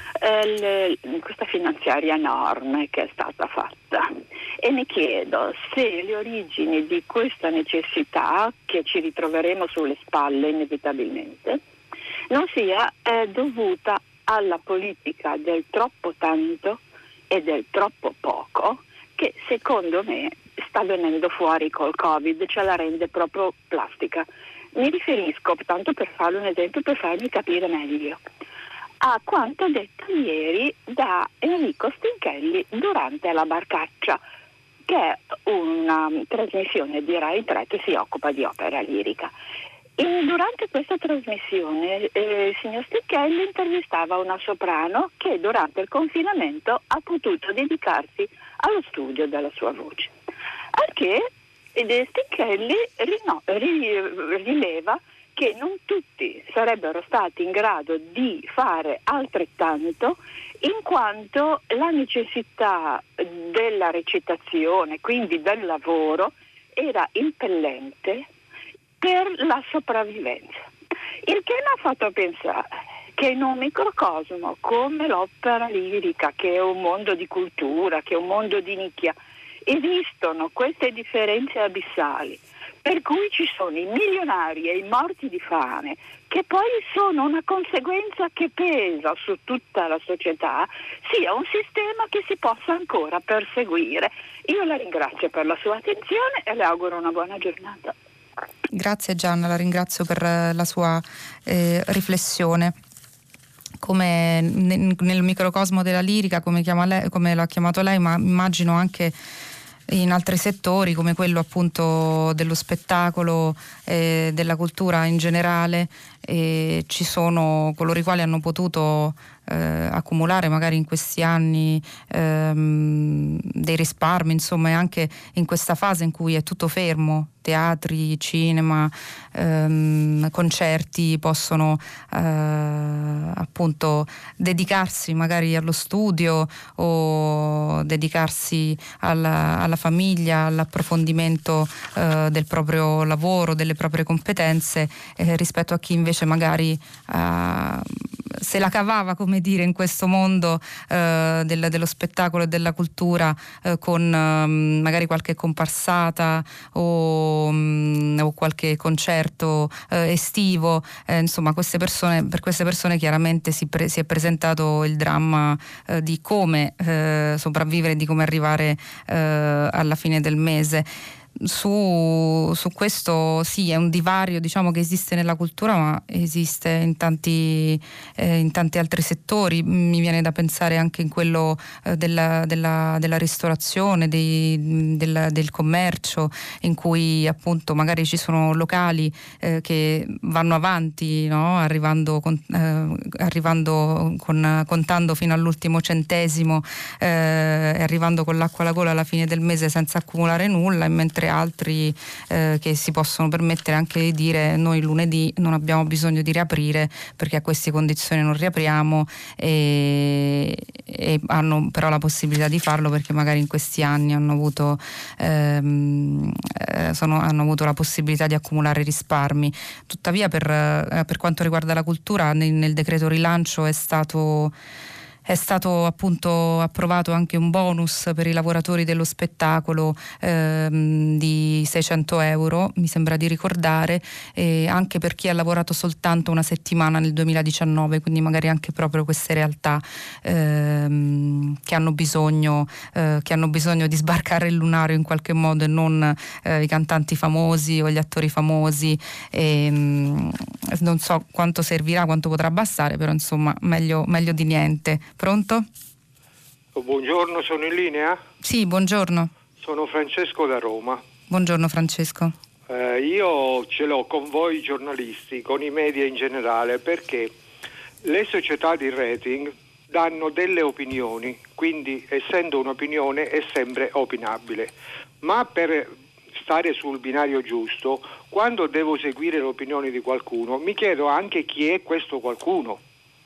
eh, le, questa finanziaria enorme che è stata fatta, e mi chiedo se le origini di questa necessità che ci ritroveremo sulle spalle inevitabilmente non sia eh, dovuta alla politica del troppo tanto e del troppo poco, che secondo me sta venendo fuori col Covid, ce la rende proprio plastica. Mi riferisco, tanto per farle un esempio, per farmi capire meglio, a quanto detto ieri da Enrico Stinchelli durante La Barcaccia, che è una trasmissione di Rai tre che si occupa di opera lirica. E durante questa trasmissione eh, il signor Stinchelli intervistava una soprano che durante il confinamento ha potuto dedicarsi allo studio della sua voce. Anche Stinchelli rino, ri, rileva che non tutti sarebbero stati in grado di fare altrettanto, in quanto la necessità della recitazione, quindi del lavoro, era impellente per la sopravvivenza. Il che mi ha fatto pensare che in un microcosmo come l'opera lirica, che è un mondo di cultura, che è un mondo di nicchia, esistono queste differenze abissali, per cui ci sono i milionari e i morti di fame, che poi sono una conseguenza che pesa su tutta la società, sia un sistema che si possa ancora perseguire. Io la ringrazio per la sua attenzione e le auguro una buona giornata. Grazie Gianna, la ringrazio per la sua eh, riflessione. Come nel microcosmo della lirica, come, chiama lei, come l'ha chiamato lei, ma immagino anche in altri settori come quello appunto dello spettacolo e della cultura in generale, e ci sono coloro i quali hanno potuto eh, accumulare magari in questi anni ehm, dei risparmi, insomma, e anche in questa fase in cui è tutto fermo, teatri, cinema, ehm, concerti possono eh, appunto dedicarsi magari allo studio o dedicarsi alla, alla famiglia, all'approfondimento eh, del proprio lavoro, delle proprie competenze, eh, rispetto a chi invece magari eh, se la cavava, come dire, in questo mondo eh, del, dello spettacolo e della cultura eh, con eh, magari qualche comparsata o, mh, o qualche concerto eh, estivo, eh, insomma queste persone, per queste persone chiaramente si, pre, si è presentato il dramma eh, di come eh, sopravvivere, di come arrivare eh, alla fine del mese. Su, su questo sì, è un divario, diciamo, che esiste nella cultura, ma esiste in tanti, eh, in tanti altri settori. Mi viene da pensare anche in quello eh, della, della, della ristorazione, dei, del, del commercio, in cui appunto magari ci sono locali eh, che vanno avanti, no? arrivando, con, eh, arrivando con, contando fino all'ultimo centesimo eh, e arrivando con l'acqua alla gola alla fine del mese senza accumulare nulla, mentre altri eh, che si possono permettere anche di dire noi lunedì non abbiamo bisogno di riaprire perché a queste condizioni non riapriamo, e, e hanno però la possibilità di farlo perché magari in questi anni hanno avuto, ehm, eh, sono, hanno avuto la possibilità di accumulare risparmi. Tuttavia per, eh, per quanto riguarda la cultura, nel, nel decreto rilancio è stato È stato appunto approvato anche un bonus per i lavoratori dello spettacolo ehm, di seicento euro, mi sembra di ricordare, e anche per chi ha lavorato soltanto una settimana nel duemiladiciannove, quindi magari anche proprio queste realtà ehm, che hanno bisogno eh, che hanno bisogno di sbarcare il lunario in qualche modo e non eh, i cantanti famosi o gli attori famosi. E, mh, non so quanto servirà, quanto potrà bastare, però insomma meglio, meglio di niente. Pronto? Buongiorno, sono in linea? Sì, buongiorno. Sono Francesco da Roma. Buongiorno Francesco. Eh, io ce l'ho con voi giornalisti, con i media in generale, perché le società di rating danno delle opinioni, quindi essendo un'opinione è sempre opinabile, ma per stare sul binario giusto, quando devo seguire le opinioni di qualcuno, mi chiedo anche chi è questo qualcuno.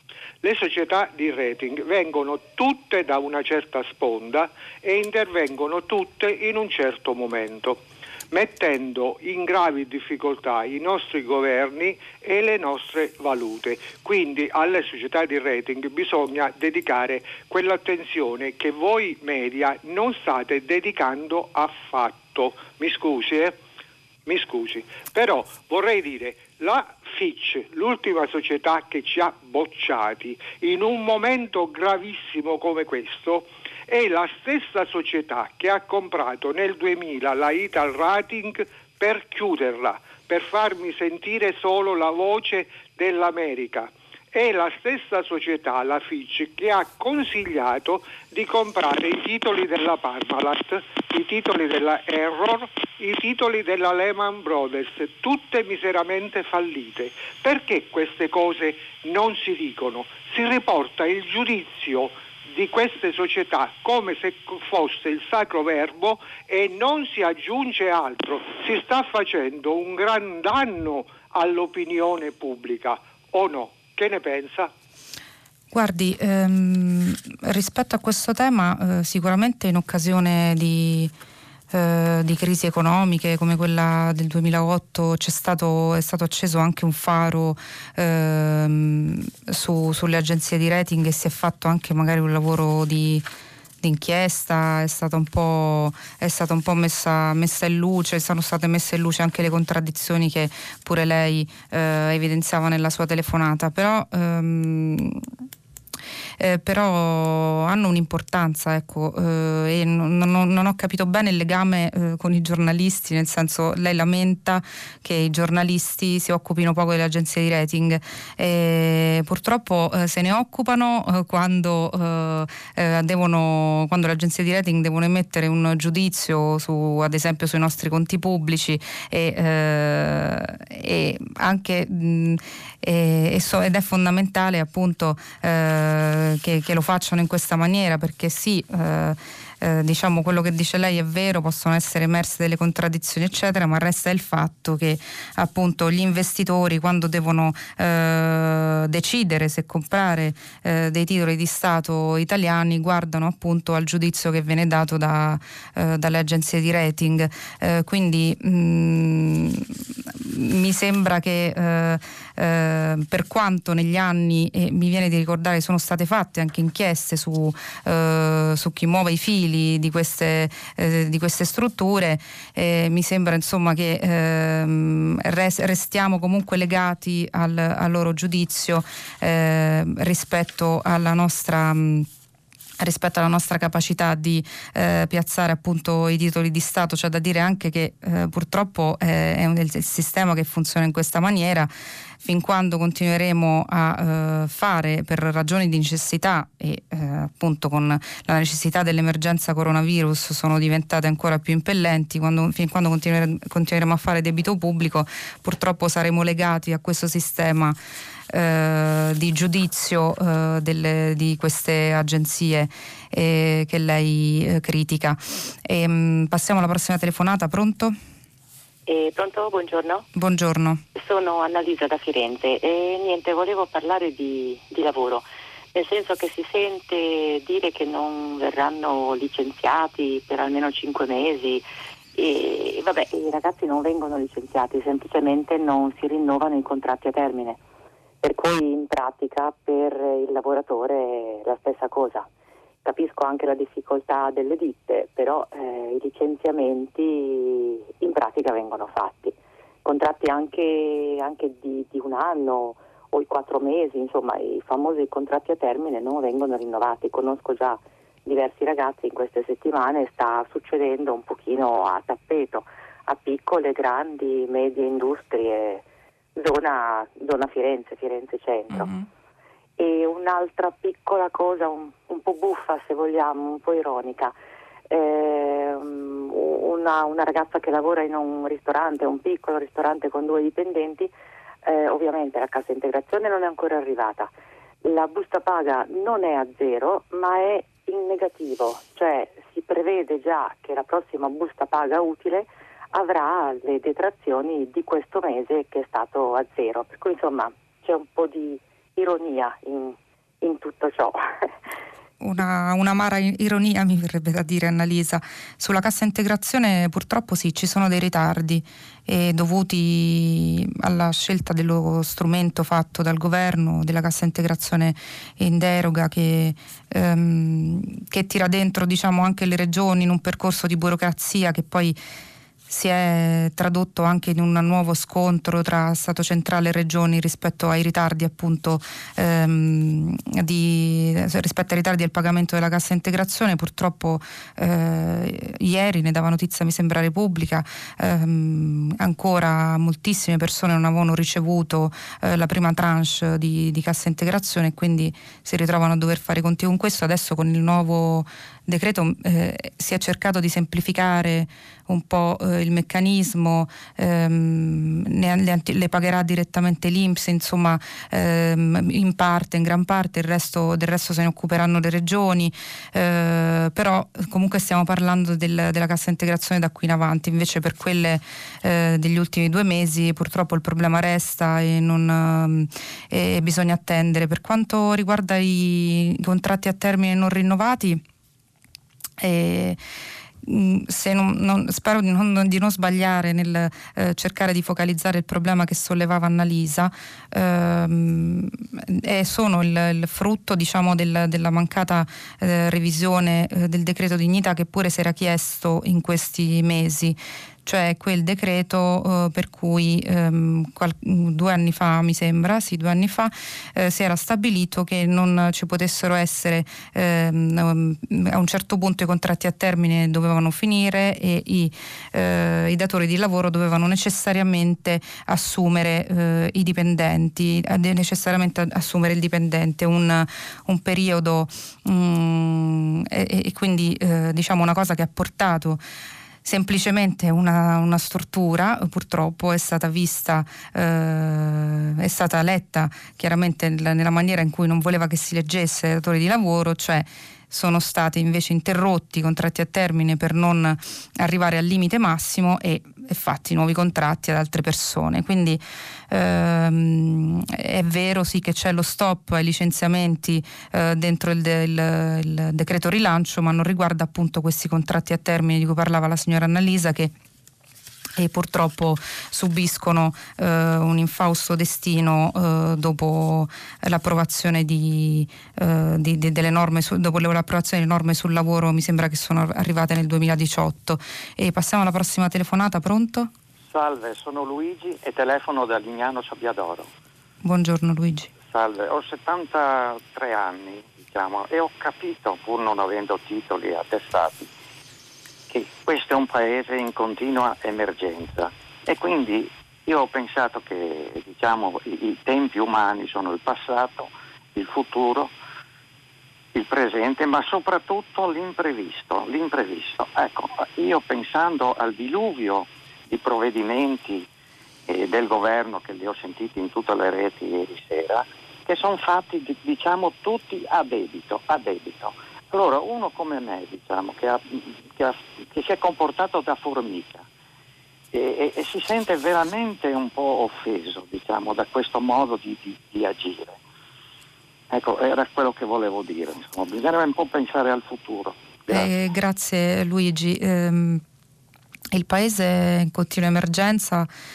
Le società di rating vengono tutte da una certa sponda e intervengono tutte in un certo momento, mettendo in gravi difficoltà i nostri governi e le nostre valute. Quindi alle società di rating bisogna dedicare quell'attenzione che voi media non state dedicando affatto. Mi scusi, eh? Mi scusi, però vorrei dire, la Fitch, l'ultima società che ci ha bocciati in un momento gravissimo come questo, è la stessa società che ha comprato nel duemila la Ital Rating per chiuderla, per farmi sentire solo la voce dell'America. È la stessa società, la Fitch, che ha consigliato di comprare i titoli della Parmalat, i titoli della Error, i titoli della Lehman Brothers, tutte miseramente fallite. Perché queste cose non si dicono? Si riporta il giudizio di queste società come se fosse il sacro verbo e non si aggiunge altro. Si sta facendo un gran danno all'opinione pubblica, o no? Che ne pensa? Guardi, ehm, rispetto a questo tema, eh, sicuramente in occasione di, eh, di crisi economiche come quella del duemilaotto c'è stato, è stato acceso anche un faro ehm, su, sulle agenzie di rating e si è fatto anche magari un lavoro di d'inchiesta, è stata un po', è stata un po' messa, messa in luce, sono state messe in luce anche le contraddizioni che pure lei eh, evidenziava nella sua telefonata, però ehm, Eh, però hanno un'importanza, ecco, eh, e non, non, non ho capito bene il legame eh, con i giornalisti, nel senso, lei lamenta che i giornalisti si occupino poco delle agenzie di rating, e purtroppo eh, se ne occupano eh, quando, eh, eh, devono, quando le agenzie di rating devono emettere un giudizio su, ad esempio, sui nostri conti pubblici e, eh, e anche mh, e, e so, ed è fondamentale appunto eh, Che, che lo facciano in questa maniera, perché sì, eh, eh, diciamo, quello che dice lei è vero, possono essere emerse delle contraddizioni eccetera, ma resta il fatto che appunto gli investitori, quando devono eh, decidere se comprare eh, dei titoli di Stato italiani, guardano appunto al giudizio che viene dato da, eh, dalle agenzie di rating, eh, quindi mh, mi sembra che eh, eh, per quanto negli anni, e mi viene di ricordare, sono state fatte anche inchieste su, eh, su chi muove i fili di queste, eh, di queste strutture, eh, mi sembra insomma che eh, res- restiamo comunque legati al, al loro giudizio eh, rispetto alla nostra mh, rispetto alla nostra capacità di eh, piazzare appunto i titoli di Stato. C'è da dire anche che eh, purtroppo eh, è un, il sistema che funziona in questa maniera. Fin quando continueremo a eh, fare per ragioni di necessità e eh, appunto con la necessità dell'emergenza coronavirus sono diventate ancora più impellenti, quando, fin quando continuere, continueremo a fare debito pubblico, purtroppo saremo legati a questo sistema eh, di giudizio eh, delle, di queste agenzie eh, che lei eh, critica. E, mh, passiamo alla prossima telefonata. Pronto? Eh, pronto, buongiorno. Buongiorno. Sono Annalisa da Firenze e niente, volevo parlare di, di lavoro, nel senso che si sente dire che non verranno licenziati per almeno cinque mesi e vabbè, i ragazzi non vengono licenziati, semplicemente non si rinnovano i contratti a termine. Per cui in pratica per il lavoratore è la stessa cosa. Capisco anche la difficoltà delle ditte, però eh, i licenziamenti in pratica vengono fatti. Contratti anche, anche di, di un anno o i quattro mesi, insomma i famosi contratti a termine non vengono rinnovati. Conosco già diversi ragazzi in queste settimane, sta succedendo un pochino a tappeto, a piccole, grandi, medie industrie, zona, zona Firenze, Firenze Centro. Mm-hmm. E un'altra piccola cosa, un, un po' buffa se vogliamo, un po' ironica, eh, una, una ragazza che lavora in un ristorante, un piccolo ristorante con due dipendenti, eh, ovviamente la cassa integrazione non è ancora arrivata, la busta paga non è a zero ma è in negativo, cioè si prevede già che la prossima busta paga utile avrà le detrazioni di questo mese che è stato a zero, per cui insomma c'è un po' di ironia in, in tutto ciò. Una, un'amara ironia, mi verrebbe da dire, Annalisa. Sulla cassa integrazione purtroppo sì, ci sono dei ritardi eh, dovuti alla scelta dello strumento fatto dal governo della cassa integrazione in deroga che, ehm, che tira dentro, diciamo, anche le regioni in un percorso di burocrazia che poi si è tradotto anche in un nuovo scontro tra Stato centrale e regioni rispetto ai ritardi appunto ehm, di, rispetto ai ritardi del pagamento della cassa integrazione. Purtroppo eh, ieri ne dava notizia, mi sembra, Repubblica, ehm, ancora moltissime persone non avevano ricevuto eh, la prima tranche di, di cassa integrazione e quindi si ritrovano a dover fare i conti con questo. Adesso con il nuovo decreto eh, si è cercato di semplificare un po' eh, il meccanismo, ehm, ne, le, le pagherà direttamente l'I N P S, insomma ehm, in parte, in gran parte, il resto, del resto se ne occuperanno le regioni, eh, però comunque stiamo parlando del, della cassa integrazione da qui in avanti. Invece per quelle eh, degli ultimi due mesi purtroppo il problema resta e, non, eh, e bisogna attendere. Per quanto riguarda i, i contratti a termine non rinnovati, E, se non, non, spero di non, di non sbagliare nel eh, cercare di focalizzare il problema che sollevava Annalisa, ehm, e sono il, il frutto, diciamo, del, della mancata eh, revisione eh, del decreto dignità che pure si era chiesto in questi mesi, cioè quel decreto eh, per cui ehm, qual- due anni fa, mi sembra, sì, due anni fa, eh, si era stabilito che non ci potessero essere, ehm, a un certo punto i contratti a termine dovevano finire e i, eh, i datori di lavoro dovevano necessariamente assumere eh, i dipendenti, necessariamente assumere il dipendente un, un periodo mh, e, e quindi eh, diciamo una cosa che ha portato semplicemente una, una stortura. Purtroppo è stata vista, eh, è stata letta chiaramente nella, nella maniera in cui non voleva che si leggesse ai datori di lavoro, cioè sono stati invece interrotti i contratti a termine per non arrivare al limite massimo e, e fatti nuovi contratti ad altre persone. Quindi ehm, è vero sì che c'è lo stop ai licenziamenti eh, dentro il, de, il, il decreto rilancio, ma non riguarda appunto questi contratti a termine di cui parlava la signora Annalisa, che e purtroppo subiscono eh, un infausto destino eh, dopo l'approvazione di, eh, di, di, delle norme su, dopo l'approvazione delle norme sul lavoro, mi sembra che sono arrivate nel duemiladiciotto. E passiamo alla prossima telefonata. Pronto? Salve, sono Luigi e telefono da Lignano Sabbiadoro. Buongiorno Luigi. Salve, ho settantatré anni, diciamo, e ho capito, pur non avendo titoli attestati, che questo è un paese in continua emergenza e quindi io ho pensato che, diciamo, i, i tempi umani sono il passato, il futuro, il presente, ma soprattutto l'imprevisto, l'imprevisto. Ecco, io pensando al diluvio di provvedimenti eh, del governo che li ho sentiti in tutte le reti ieri sera, che sono fatti, diciamo, tutti a debito, a debito. Allora uno come me, diciamo, che, ha, che, ha, che si è comportato da formica e, e, e si sente veramente un po' offeso, diciamo, da questo modo di, di, di agire. Ecco, era quello che volevo dire, insomma, bisogna un po' pensare al futuro. Grazie, eh, grazie Luigi. Eh, il paese è in continua emergenza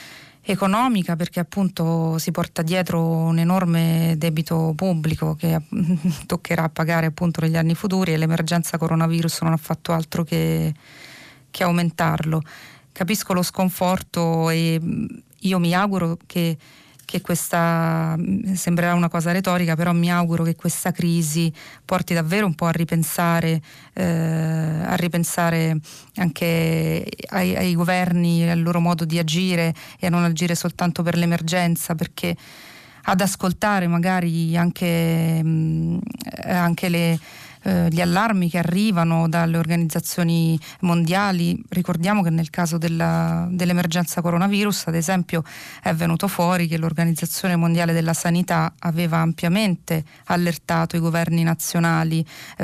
economica, perché appunto si porta dietro un enorme debito pubblico che toccherà pagare appunto negli anni futuri, e l'emergenza coronavirus non ha fatto altro che, che aumentarlo. Capisco lo sconforto e io mi auguro che che questa, sembrerà una cosa retorica, però mi auguro che questa crisi porti davvero un po' a ripensare eh, a ripensare anche ai, ai governi, al loro modo di agire, e a non agire soltanto per l'emergenza, perché ad ascoltare magari anche, mh, anche le Eh, gli allarmi che arrivano dalle organizzazioni mondiali. Ricordiamo che nel caso della, dell'emergenza coronavirus, ad esempio, è venuto fuori che l'Organizzazione Mondiale della Sanità aveva ampiamente allertato i governi nazionali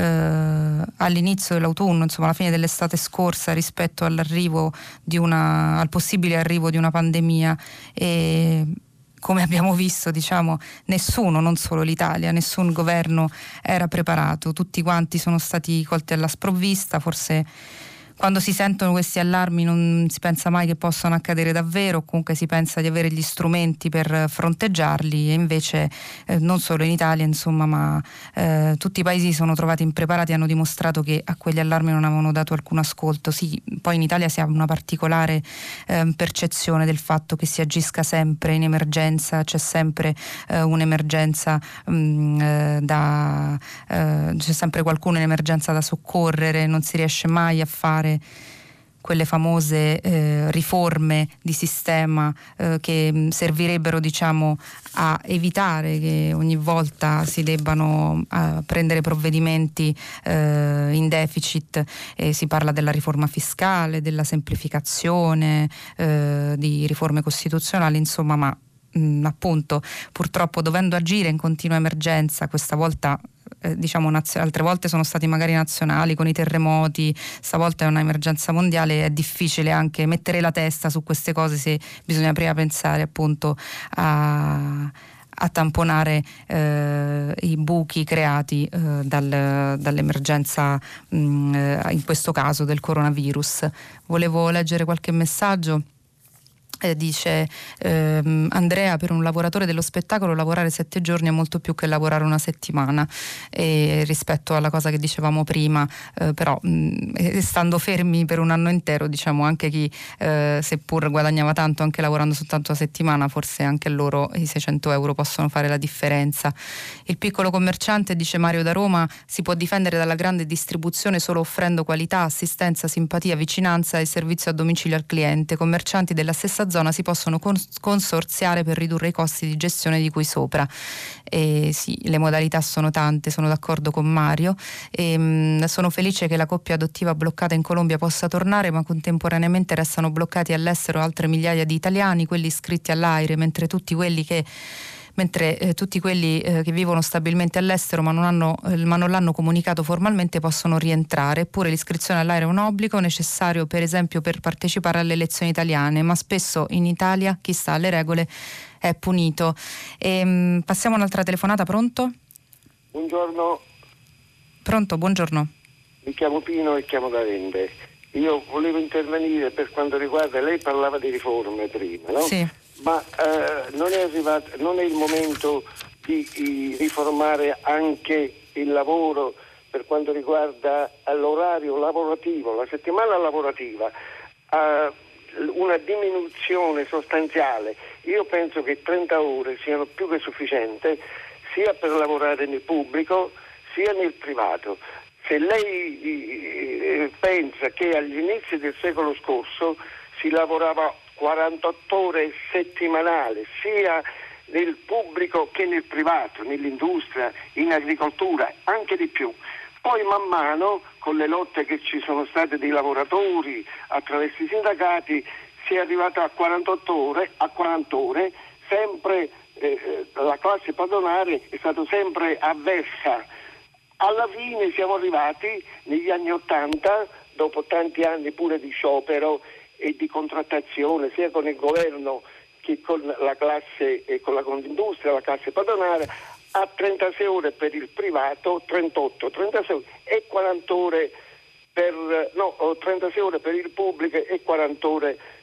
eh, all'inizio dell'autunno, insomma alla fine dell'estate scorsa, rispetto all'arrivo di una, al possibile arrivo di una pandemia, e come abbiamo visto, diciamo, nessuno, non solo l'Italia, nessun governo era preparato, tutti quanti sono stati colti alla sprovvista. Forse quando si sentono questi allarmi non si pensa mai che possano accadere davvero, comunque si pensa di avere gli strumenti per fronteggiarli, e invece eh, non solo in Italia, insomma, ma eh, tutti i paesi si sono trovati impreparati e hanno dimostrato che a quegli allarmi non avevano dato alcun ascolto. Sì, poi in Italia si ha una particolare eh, percezione del fatto che si agisca sempre in emergenza, c'è sempre eh, un'emergenza mh, eh, da eh, c'è sempre qualcuno in emergenza da soccorrere, non si riesce mai a fare quelle famose eh, riforme di sistema eh, che servirebbero, diciamo, a evitare che ogni volta si debbano eh, prendere provvedimenti eh, in deficit. E si parla della riforma fiscale, della semplificazione, eh, di riforme costituzionali, insomma, ma mh, appunto purtroppo, dovendo agire in continua emergenza, questa volta Eh, diciamo nazio- altre volte sono stati magari nazionali con i terremoti, stavolta è un'emergenza mondiale, è difficile anche mettere la testa su queste cose se bisogna prima pensare appunto a, a tamponare eh, i buchi creati eh, dal, dall'emergenza mh, in questo caso del coronavirus. Volevo leggere qualche messaggio. Eh, dice ehm, Andrea: per un lavoratore dello spettacolo lavorare sette giorni è molto più che lavorare una settimana, e rispetto alla cosa che dicevamo prima, eh, però mh, stando fermi per un anno intero, diciamo, anche chi eh, seppur guadagnava tanto anche lavorando soltanto una settimana, forse anche loro i seicento euro possono fare la differenza. Il piccolo commerciante, dice Mario da Roma, si può difendere dalla grande distribuzione solo offrendo qualità, assistenza, simpatia, vicinanza e servizio a domicilio al cliente. Commercianti della stessa zona si possono consorziare per ridurre i costi di gestione di cui sopra. E sì, le modalità sono tante, sono d'accordo con Mario, e, mh, sono felice che la coppia adottiva bloccata in Colombia possa tornare, ma contemporaneamente restano bloccati all'estero altre migliaia di italiani, quelli iscritti all'AIRE, mentre tutti quelli che mentre eh, tutti quelli eh, che vivono stabilmente all'estero ma non, hanno, eh, ma non l'hanno comunicato formalmente possono rientrare. Eppure l'iscrizione all'AIRE è un obbligo necessario, per esempio, per partecipare alle elezioni italiane, ma spesso in Italia chi sta alle regole è punito. E, mh, passiamo a un'altra telefonata. Pronto? Buongiorno. Pronto, buongiorno. Mi chiamo Pino e chiamo da Rende. Io volevo intervenire per quanto riguarda, lei parlava di riforme prima, no? Sì. Ma eh, non è arrivato, non è il momento di, di riformare anche il lavoro per quanto riguarda l'orario lavorativo, la settimana lavorativa, eh, una diminuzione sostanziale. Io penso che trenta ore siano più che sufficienti sia per lavorare nel pubblico sia nel privato. Se lei eh, pensa che agli inizi del secolo scorso si lavorava quarantotto ore settimanali, sia nel pubblico che nel privato, nell'industria, in agricoltura, anche di più. Poi man mano, con le lotte che ci sono state dei lavoratori attraverso i sindacati, si è arrivato a quarantotto ore, a quaranta ore, sempre eh, la classe padronale è stata sempre avversa. Alla fine siamo arrivati negli anni Ottanta, dopo tanti anni pure di sciopero e di contrattazione sia con il governo che con la classe e con la Confindustria, la classe padronale, a trentasei ore per il privato, trentotto, trentasei ore e quaranta ore per no, trentasei ore per il pubblico e quaranta ore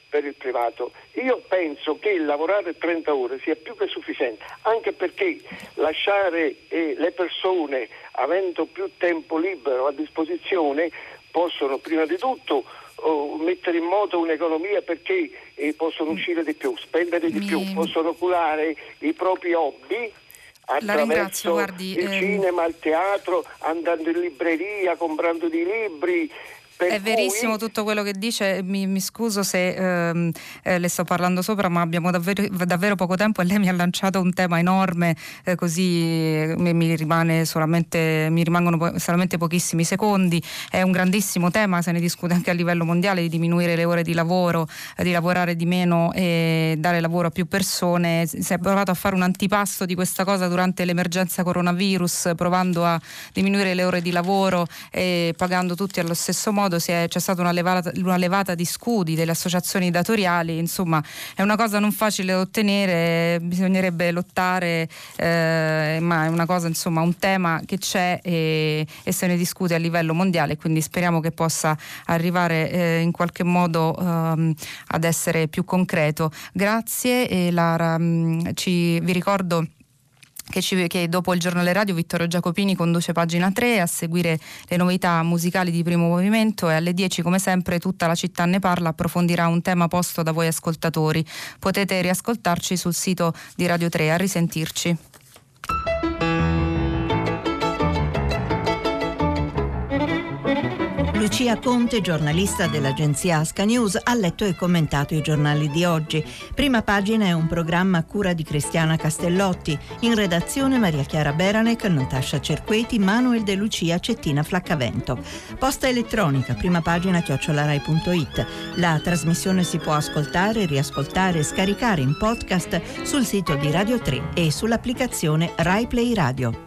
per il privato. Io penso che lavorare trenta ore sia più che sufficiente, anche perché lasciare eh, le persone, avendo più tempo libero a disposizione, possono prima di tutto oh, mettere in moto un'economia, perché eh, possono uscire di più, spendere di Mi... più, possono curare i propri hobby attraverso guardi, il ehm... cinema, il teatro, andando in libreria, comprando dei libri. Per È verissimo cui... tutto quello che dice, mi, mi scuso se ehm, eh, le sto parlando sopra, ma abbiamo davvero, davvero poco tempo e lei mi ha lanciato un tema enorme, eh, così mi, mi rimane solamente mi rimangono po- solamente pochissimi secondi. È un grandissimo tema, se ne discute anche a livello mondiale, di diminuire le ore di lavoro, eh, di lavorare di meno e dare lavoro a più persone. Si è provato a fare un antipasto di questa cosa durante l'emergenza coronavirus, provando a diminuire le ore di lavoro e pagando tutti allo stesso modo. Si è, c'è stata una levata, una levata di scudi delle associazioni datoriali, insomma è una cosa non facile da ottenere, bisognerebbe lottare, eh, ma è una cosa, insomma, un tema che c'è e, e se ne discute a livello mondiale, quindi speriamo che possa arrivare eh, in qualche modo ehm, ad essere più concreto. Grazie e Lara, mh, ci, vi ricordo Che, ci, che dopo il giornale radio Vittorio Giacopini conduce Pagina tre, a seguire le novità musicali di Primo Movimento, e alle dieci come sempre Tutta la città ne parla approfondirà un tema posto da voi ascoltatori. Potete riascoltarci sul sito di Radio tre. A risentirci. Lucia Conte, giornalista dell'agenzia Asca News, ha letto e commentato i giornali di oggi. Prima Pagina è un programma a cura di Cristiana Castellotti. In redazione Maria Chiara Beranec, Natascia Cerqueti, Manuel De Lucia, Cettina Flaccavento. Posta elettronica primapagina chiocciola rai punto it. La trasmissione si può ascoltare, riascoltare e scaricare in podcast sul sito di Radio tre e sull'applicazione Rai Play Radio.